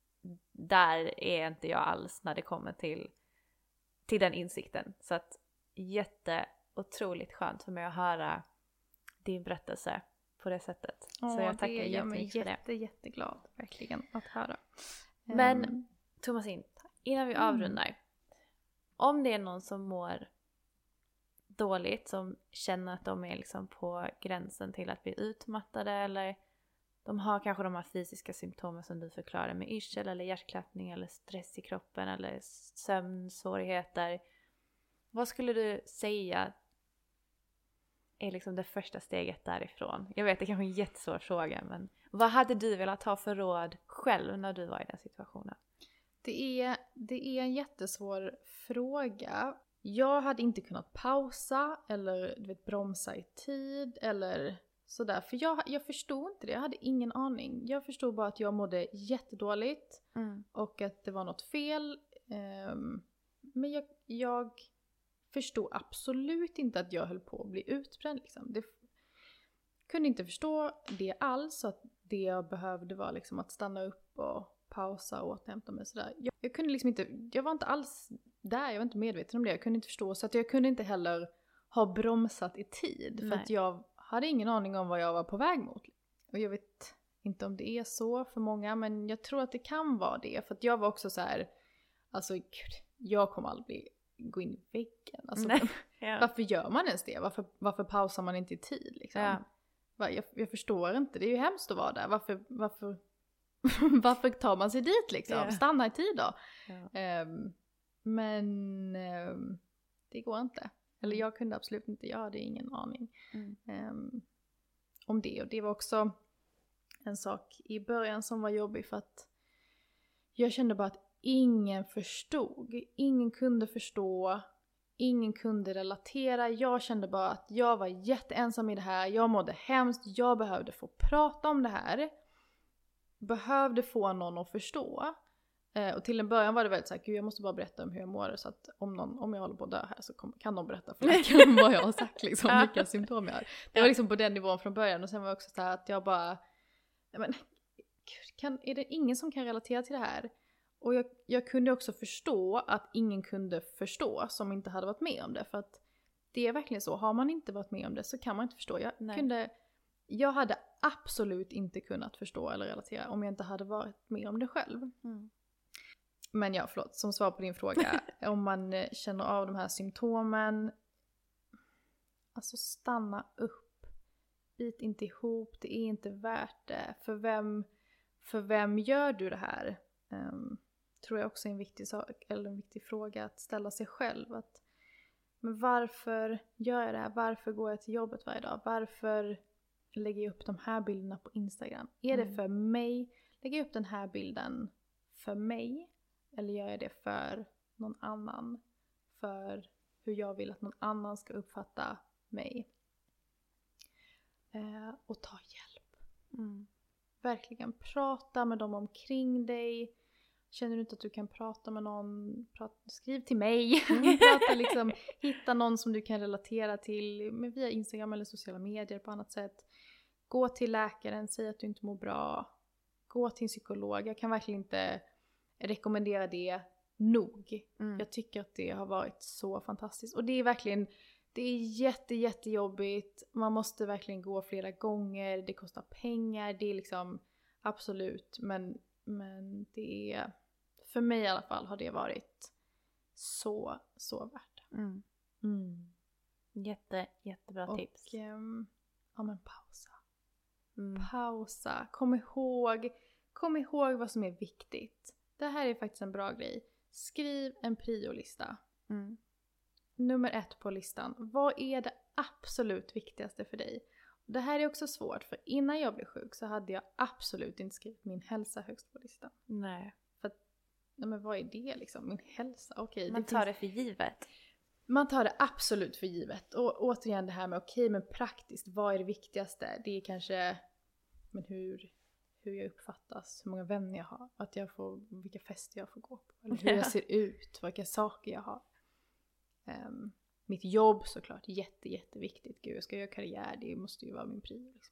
där är inte jag alls när det kommer till till den insikten. Så att jätte otroligt skönt för mig att höra din berättelse på det sättet. Åh, så jag tackar det gör mig jättemycket för det. jätte, jätteglad verkligen att höra. Men Um, Thomasin, innan vi Mm. avrundar. Om det är någon som mår dåligt, som känner att de är liksom på gränsen till att bli utmattade eller de har kanske de här fysiska symptomen som du förklarar med yrsel eller hjärtklappning eller stress i kroppen eller sömnsvårigheter. Vad skulle du säga är liksom det första steget därifrån? Jag vet, det kanske är en jättesvår fråga, men vad hade du velat ha för råd själv när du var i den situationen? Det är, det är en jättesvår fråga. Jag hade inte kunnat pausa eller du vet, bromsa i tid eller sådär. För jag, jag förstod inte det, jag hade ingen aning. Jag förstod bara att jag mådde jättedåligt Mm. och att det var något fel. Um, men jag, jag förstod absolut inte att jag höll på att bli utbränd. Liksom. Det, kunde inte förstå det alls. Så att det jag behövde var liksom att stanna upp och pausa och återhämta mig. Sådär. Jag, jag kunde liksom inte, jag var inte alls där, jag var inte medveten om det. Jag kunde inte förstå, så att jag kunde inte heller ha bromsat i tid. För Nej. att jag hade ingen aning om vad jag var på väg mot. Och jag vet inte om det är så för många, men jag tror att det kan vara det. För att jag var också så här, alltså gud, jag kommer aldrig bli, gå in i väggen. Alltså, Ja. varför gör man ens det? Varför, varför pausar man inte i tid? Liksom? Ja. Va, jag, jag förstår inte, det är ju hemskt att vara där. Varför, varför, varför tar man sig dit liksom? Ja. Stanna i tid då. Ja. Um, men um, det går inte. Eller jag kunde absolut inte, jag hade ingen aning Mm. um, om det. Och det var också en sak i början som var jobbig för att jag kände bara att ingen förstod. Ingen kunde förstå. Ingen kunde relatera. Jag kände bara att jag var jätteensam i det här. Jag mådde hemskt. Jag behövde få prata om det här. Behövde få någon att förstå. Eh, och till en början var det väldigt såhär, gud jag måste bara berätta om hur jag mår. Så att om, någon, om jag håller på att dö här så kom, kan någon berätta för läkaren vad jag har sagt. Liksom, vilka symptom jag har. Det var liksom på den nivån från början. Och sen var det också så här att jag bara, men, gud, kan, är det ingen som kan relatera till det här? Och jag, jag kunde också förstå att ingen kunde förstå som inte hade varit med om det. För att det är verkligen så. Har man inte varit med om det så kan man inte förstå. Jag, kunde, jag hade absolut inte kunnat förstå eller relatera om jag inte hade varit med om det själv. Mm. Men ja, förlåt. Som svar på din fråga. Om man känner av de här symptomen. Alltså stanna upp. Bit inte ihop. Det är inte värt det. För vem, för vem gör du det här? Um, tror jag också är en viktig sak, eller en viktig fråga att ställa sig själv. Att, men varför gör jag det här? Varför går jag till jobbet varje dag? Varför lägger jag upp de här bilderna på Instagram? Är Mm. det för mig? Lägger jag upp den här bilden för mig? Eller gör jag det för någon annan? för hur jag vill att någon annan ska uppfatta mig. Eh, och ta hjälp. Mm. Verkligen prata med dem omkring dig. Känner du inte att du kan prata med någon, prata, skriv till mig. prata liksom, hitta någon som du kan relatera till med via Instagram eller sociala medier på annat sätt. Gå till läkaren, säg att du inte mår bra. Gå till en psykolog. Jag kan verkligen inte rekommendera det nog. Mm. Jag tycker att det har varit så fantastiskt. Och det är verkligen, det är jätte, jättejobbigt. Man måste verkligen gå flera gånger. Det kostar pengar. Det är liksom, absolut. Men, men det är, för mig i alla fall har det varit så, så värt det. Mm. Mm. Jätte, jättebra Och, tips. Um, ja men pausa. Mm. Pausa. Kom ihåg, kom ihåg vad som är viktigt. Det här är faktiskt en bra grej. Skriv en priolista. Mm. Nummer ett på listan. Vad är det absolut viktigaste för dig? Det här är också svårt, för innan jag blev sjuk så hade jag absolut inte skrivit min hälsa högst på listan. Nej. För att, nej men vad är det liksom? Min hälsa? Okej. Man det tar finns... det för givet. Man tar det absolut för givet. Och återigen det här med okej, men praktiskt, vad är det viktigaste? Det är kanske, men hur, hur jag uppfattas, hur många vänner jag har, att jag får, vilka fester jag får gå på, eller hur Ja. jag ser ut, vilka saker jag har. Um, mitt jobb såklart, jätte, jätteviktigt. Gud, jag ska göra karriär, det måste ju vara min prio. Liksom.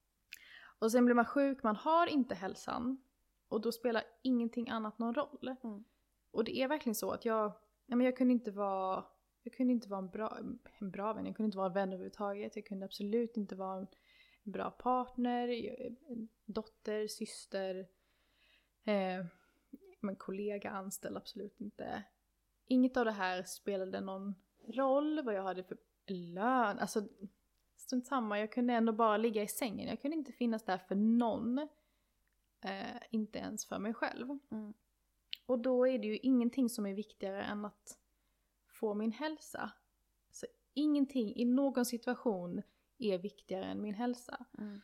Och sen blir man sjuk, man har inte hälsan, och då spelar ingenting annat någon roll. Mm. Och det är verkligen så att jag, ja, men jag kunde inte vara, jag kunde inte vara en bra, en bra vän, jag kunde inte vara en vän överhuvudtaget, jag kunde absolut inte vara en bra partner, en dotter, syster, eh, men kollega, anställd, absolut inte. Inget av det här spelade någon roll, vad jag hade för lön, alltså strunt samma, jag kunde ändå bara ligga i sängen, jag kunde inte finnas där för någon, eh, inte ens för mig själv. Mm. Och då är det ju ingenting som är viktigare än att få min hälsa. Så ingenting i någon situation är viktigare än min hälsa. Mm.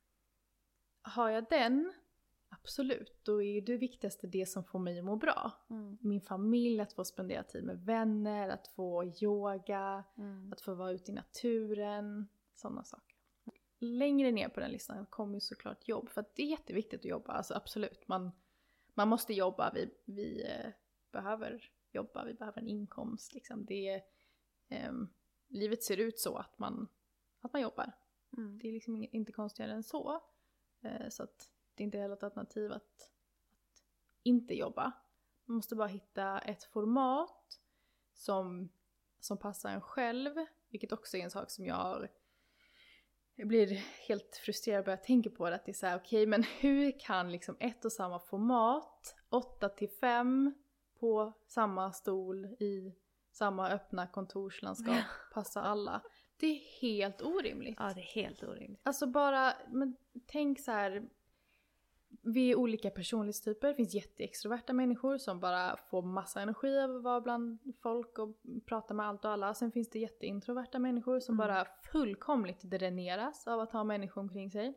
Har jag den, absolut, då är det viktigaste det som får mig att må bra. Mm. Min familj, att få spendera tid med vänner, att få yoga, Mm. att få vara ute i naturen, sådana saker. Längre ner på den listan kommer ju såklart jobb, för att det är jätteviktigt att jobba, alltså absolut. Man, man måste jobba, vi, vi eh, behöver jobba, vi behöver en inkomst. Liksom. Det, eh, livet ser ut så att man, att man jobbar. Mm. Det är liksom inget, inte konstigare än så. Eh, så att det är inte heller ett alternativ att, att inte jobba. Man måste bara hitta ett format som, som passar en själv. Vilket också är en sak som jag har, jag blir helt frustrerad när jag tänker på det. Att det är så här, okej, okay, men hur kan liksom ett och samma format, åtta till fem på samma stol i samma öppna kontorslandskap, passa alla? Det är helt orimligt. Ja, det är helt orimligt. Alltså bara, men tänk så här, vi är olika personlighetstyper. Det finns jätteextroverta människor som bara får massa energi av att vara bland folk och prata med allt och alla. Sen finns det jätteintroverta människor som Mm. bara fullkomligt dräneras av att ha människor omkring sig.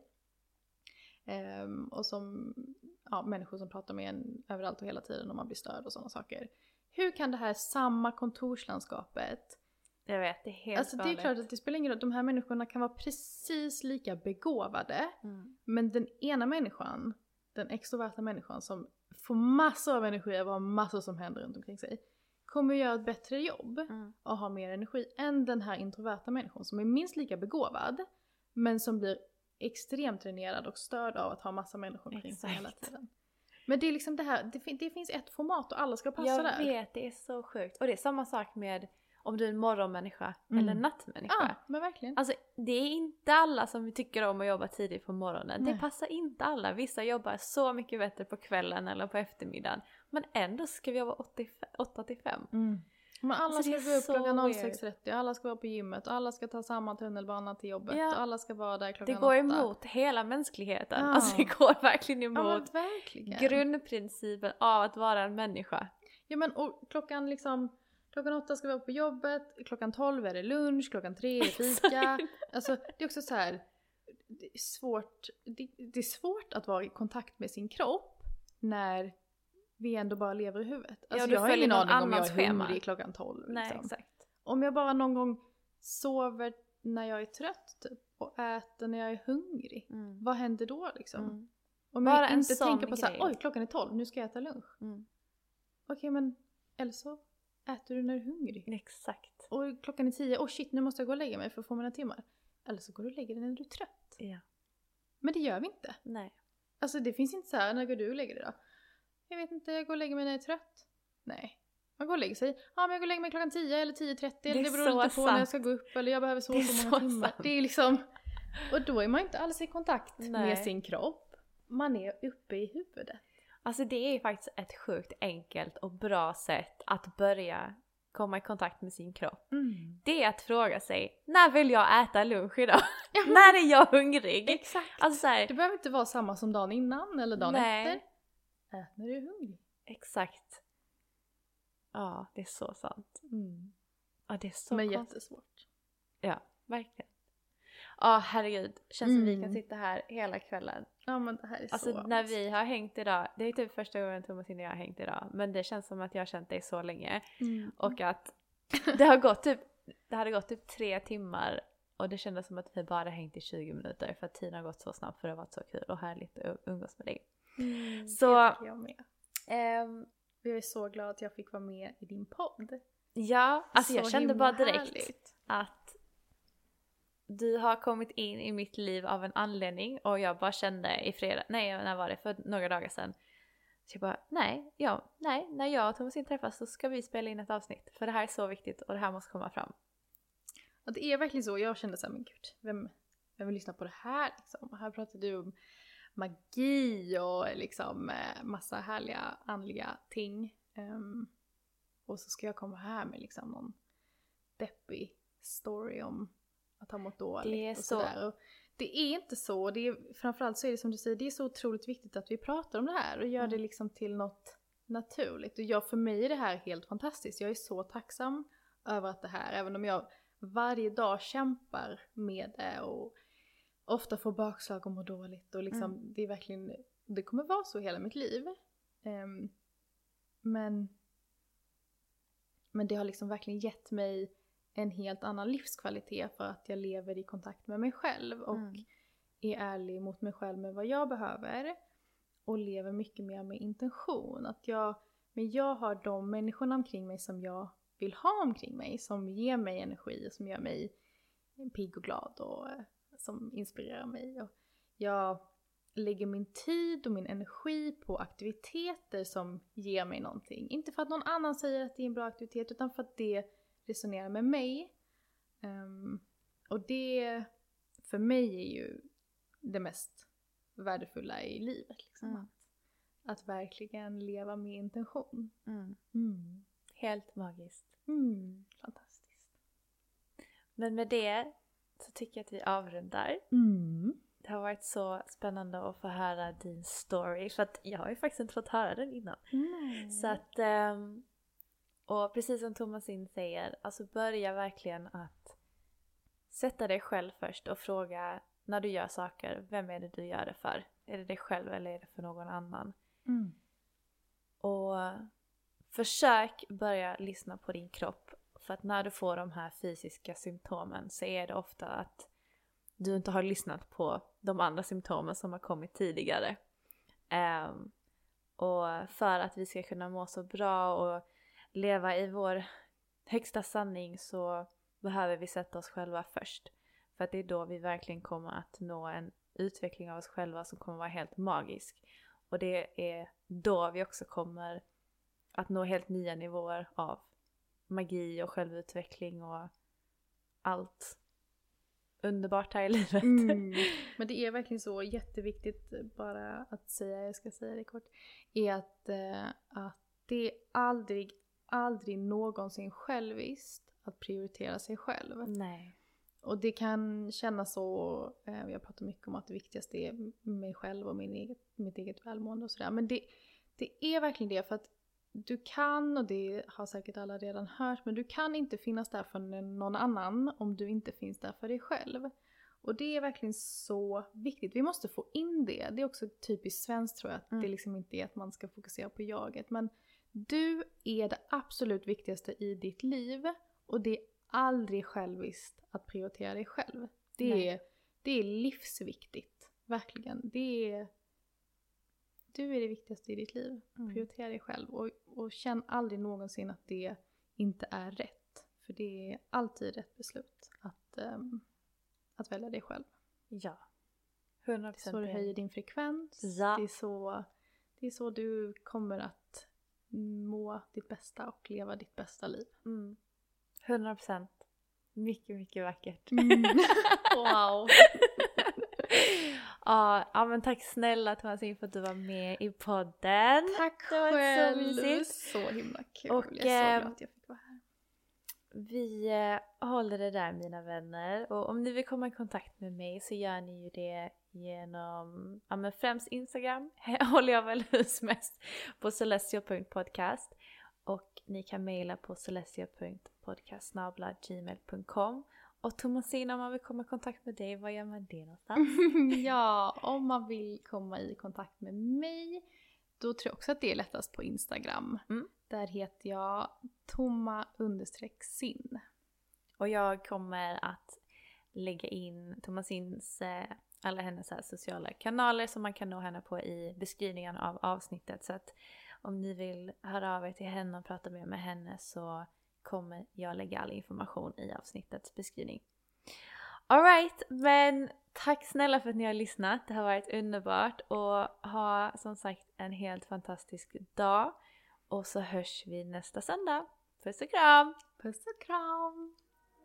Ehm, och som, ja, människor som pratar med en överallt och hela tiden och man blir störd och sådana saker. Hur kan det här samma kontorslandskapet, Jag vet, det är helt alltså det är galet. klart att det spelar ingen roll, de här människorna kan vara precis lika begåvade. Mm. Men den ena människan, den extroverta människan som får massor av energi av vad massor som händer runt omkring sig, kommer att göra ett bättre jobb Mm. och ha mer energi än den här introverta människan som är minst lika begåvad men som blir extremt dränerad och störd av att ha massa människor omkring sig hela Exakt. tiden. Men det är liksom det här, det, fin- det finns ett format och alla ska passa Jag där. vet, det är så sjukt. Och det är samma sak med om du är en morgonmänniska Mm. eller en nattmänniska. Ja, men verkligen. Alltså det är inte alla som tycker om att jobba tidigt på morgonen. Nej. Det passar inte alla. Vissa jobbar så mycket bättre på kvällen eller på eftermiddagen. Men ändå ska vi jobba åtta till fem. Mm. Men alla Alltså, det ska är gå upp så klockan weird. sex trettio, alla ska vara på gymmet och alla ska ta samma tunnelbana till jobbet Ja. och alla ska vara där klockan Det går åtta. emot hela mänskligheten. Ja. Alltså det går verkligen Ja, men emot verkligen. grundprincipen av att vara en människa. Ja, men och klockan liksom, klockan åtta ska vi vara på jobbet, klockan tolv är det lunch, klockan tre är det fika. Alltså det är också så här, det är svårt, det, det är svårt att vara i kontakt med sin kropp när vi ändå bara lever i huvudet. Alltså ja, du jag har ingen aning om jag är schema. hungrig klockan tolv. Nej, liksom. exakt. Om jag bara någon gång sover när jag är trött typ, och äter när jag är hungrig. Mm. Vad händer då liksom? Mm. Om Bara jag en inte sån tänker på så här, grej. oj klockan är tolv, nu ska jag äta lunch. Mm. Okej, men eller så äter du när du är hungrig. Exakt. Och klockan är tio, oh shit, nu måste jag gå och lägga mig för att få mina timmar. Eller så går du och lägger dig när du är trött. Ja. Men det gör vi inte. Nej. Alltså det finns inte så här, när går du och lägger dig då? Jag vet inte, jag går och lägger mig när jag är trött. Nej. Man går och lägger sig. Ja, men jag går och lägger mig klockan tio eller tio trettio. Eller det beror lite på sant. när jag ska gå upp. Eller jag behöver sova så många så timmar. sant. Det är liksom... Och då är man inte alls i kontakt Nej. med sin kropp. Man är uppe i huvudet. Alltså det är faktiskt ett sjukt enkelt och bra sätt att börja komma i kontakt med sin kropp. Mm. Det är att fråga sig, när vill jag äta lunch idag? Ja, men- När är jag hungrig? Exakt. Alltså så här, Det behöver inte vara samma som dagen innan eller dagen Nej. efter. Ät när du är hungrig. exakt. Ja, det är så sant. Mm. Ja, det är så Men konstigt. jättesvårt. Ja, verkligen. Ja, herregud. Känns som vi Mm. kan sitta här hela kvällen. Ja, men det här är Alltså så... när vi har hängt idag, det är typ första gången Thomas och jag har hängt idag, men det känns som att jag har känt dig så länge. Mm. Och att det har gått typ, det hade gått typ tre timmar och det kändes som att vi bara hängt i tjugo minuter för att tiden har gått så snabbt, för det har varit så kul och härligt att umgås med dig. Mm, Så- det tycker jag med. Ehm, Och jag är så glad att jag fick vara med i din podd. ja, alltså jag Så kände himla bara direkt härligt. att du har kommit in i mitt liv av en anledning, och jag bara kände i fredag, nej när var det, för några dagar sedan, så jag bara, nej, ja, nej, när jag och Thomasin träffas så ska vi spela in ett avsnitt, för det här är så viktigt och det här måste komma fram. Och det är verkligen så. Jag kände så här, men gud, vem, vem vill lyssna på det här liksom? Och här pratar du om magi och liksom eh, massa härliga andliga ting. Um, och så ska jag komma här med liksom någon deppig story om att ha mått dåligt Det är och så- sådär. Och det är inte så. Det är, framförallt så är det som du säger, det är så otroligt viktigt att vi pratar om det här och gör Mm. det liksom till något naturligt. Och jag, för mig är det här helt fantastiskt. Jag är så tacksam över att det här, även om jag varje dag kämpar med det och ofta får bakslag och mår dåligt och liksom, Mm. det är verkligen, det kommer vara så hela mitt liv. Ehm, men men det har liksom verkligen gett mig en helt annan livskvalitet för att jag lever i kontakt med mig själv och Mm. är ärlig mot mig själv med vad jag behöver och lever mycket mer med intention. Att jag, men jag har de människorna omkring mig som jag vill ha omkring mig, som ger mig energi och som gör mig pigg och glad och eh, som inspirerar mig. Och jag lägger min tid och min energi på aktiviteter som ger mig någonting. Inte för att någon annan säger att det är en bra aktivitet, utan för att det resonerar med mig. Um, och det för mig är ju det mest värdefulla i livet. Liksom. Mm. Att, att verkligen leva med intention. Mm. Mm. Helt magiskt. Mm. Fantastiskt. Men med det så tycker jag att vi avrundar. Mm. Det har varit så spännande att få höra din story, för att jag har ju faktiskt inte fått höra den innan. Mm. Så att, ehm, och precis som Thomasin säger, alltså börja verkligen att sätta dig själv först och fråga när du gör saker, vem är det du gör det för? Är det dig själv eller är det för någon annan? Mm. Och försök börja lyssna på din kropp, för att när du får de här fysiska symptomen så är det ofta att du inte har lyssnat på de andra symptomen som har kommit tidigare. Um, och för att vi ska kunna må så bra och leva i vår högsta sanning så behöver vi sätta oss själva först. För att det är då vi verkligen kommer att nå en utveckling av oss själva som kommer vara helt magisk. Och det är då vi också kommer att nå helt nya nivåer av magi och självutveckling och allt underbart här i livet. Mm. Men det är verkligen så jätteviktigt, bara att säga, jag ska säga det kort, är att, eh, att det är aldrig, aldrig någonsin själviskt att prioritera sig själv. Nej. Och det kan kännas så, eh, jag pratar mycket om att det viktigaste är mig själv och min eget, mitt eget välmående och sådär. Men det, det är verkligen det, för att du kan, och det har säkert alla redan hört, men du kan inte finnas där för någon annan om du inte finns där för dig själv. Och det är verkligen så viktigt. Vi måste få in det. Det är också typiskt svenskt tror jag. Att mm. det liksom inte är att man ska fokusera på jaget. Men du är det absolut viktigaste i ditt liv. Och det är aldrig själviskt att prioritera dig själv. Det är, det är livsviktigt. Verkligen. Det är, du är det viktigaste i ditt liv. Mm. Prioritera dig själv. Och, och känn aldrig någonsin att det inte är rätt. För det är alltid rätt beslut att... Um, Att välja dig själv. Ja. hundra procent. Det är så du höjer din frekvens. Ja. Det är så, det är så du kommer att må ditt bästa och leva ditt bästa liv. Mm. hundra procent. Mycket, mycket vackert. Mm. Wow. ja, ja, men tack snälla Thomasin för att du var med i podden. Tack själv. Så, så himla kul. Och, jag är så glad att jag fick vara här. Vi eh, håller det där mina vänner. Och om ni vill komma i kontakt med mig så gör ni ju det genom ja, men främst Instagram. Håller jag väl hus mest på celestio punkt podcast. Och ni kan mejla på celestio punkt podcast snabel-a gmail punkt com. Och Thomasin, om man vill komma i kontakt med dig, vad gör man det någonstans? Ja, om man vill komma i kontakt med mig, då tror jag också att det är lättast på Instagram. Mm. Där heter jag Toma understreck sin. Och jag kommer att lägga in Thomasins, eh, alla hennes här sociala kanaler som man kan nå henne på i beskrivningen av avsnittet. Så att om ni vill höra av er till henne och prata mer med henne så kommer jag lägga all information i avsnittets beskrivning. Alright, men tack snälla för att ni har lyssnat. Det har varit underbart och ha som sagt en helt fantastisk dag. Och så hörs vi nästa söndag. Puss och kram! Puss och kram!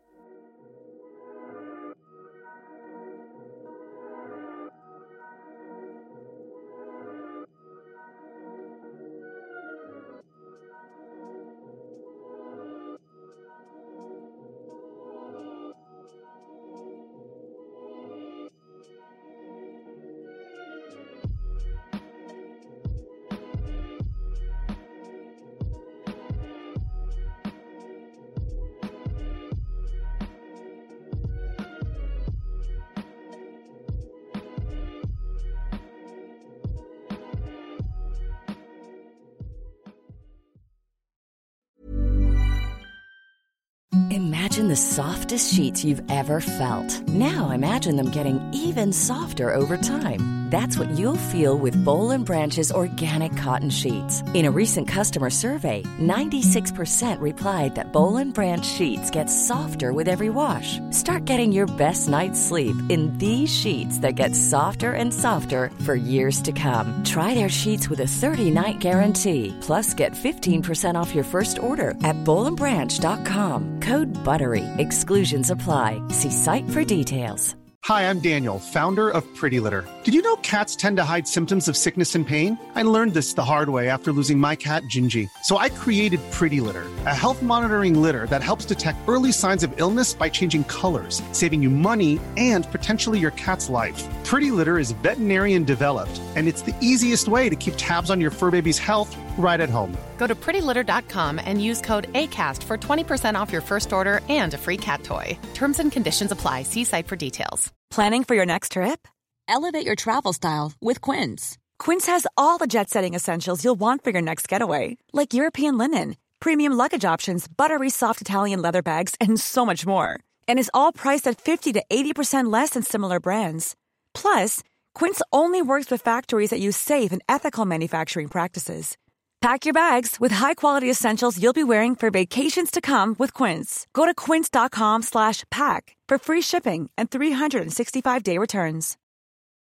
Imagine the softest sheets you've ever felt. Now imagine them getting even softer over time. That's what you'll feel with Boll and Branch's organic cotton sheets. In a recent customer survey, ninety-six percent replied that Boll and Branch sheets get softer with every wash. Start getting your best night's sleep in these sheets that get softer and softer for years to come. Try their sheets with a thirty-night guarantee. Plus, get fifteen percent off your first order at boll and branch dot com. Code BUTTERY. Exclusions apply. See site for details. Hi, I'm Daniel, founder of Pretty Litter. Did you know cats tend to hide symptoms of sickness and pain? I learned this the hard way after losing my cat, Gingy. So I created Pretty Litter, a health monitoring litter that helps detect early signs of illness by changing colors, saving you money and potentially your cat's life. Pretty Litter is veterinarian developed, and it's the easiest way to keep tabs on your fur baby's health right at home. Go to pretty litter dot com and use code ACAST for twenty percent off your first order and a free cat toy. Terms and conditions apply. See site for details. Planning for your next trip? Elevate your travel style with Quince. Quince has all the jet-setting essentials you'll want for your next getaway, like European linen, premium luggage options, buttery soft Italian leather bags, and so much more. And is all priced at fifty to eighty percent less than similar brands. Plus, Quince only works with factories that use safe and ethical manufacturing practices. Pack your bags with high-quality essentials you'll be wearing for vacations to come with Quince. Go to quince dot com slash pack for free shipping and three sixty-five day returns.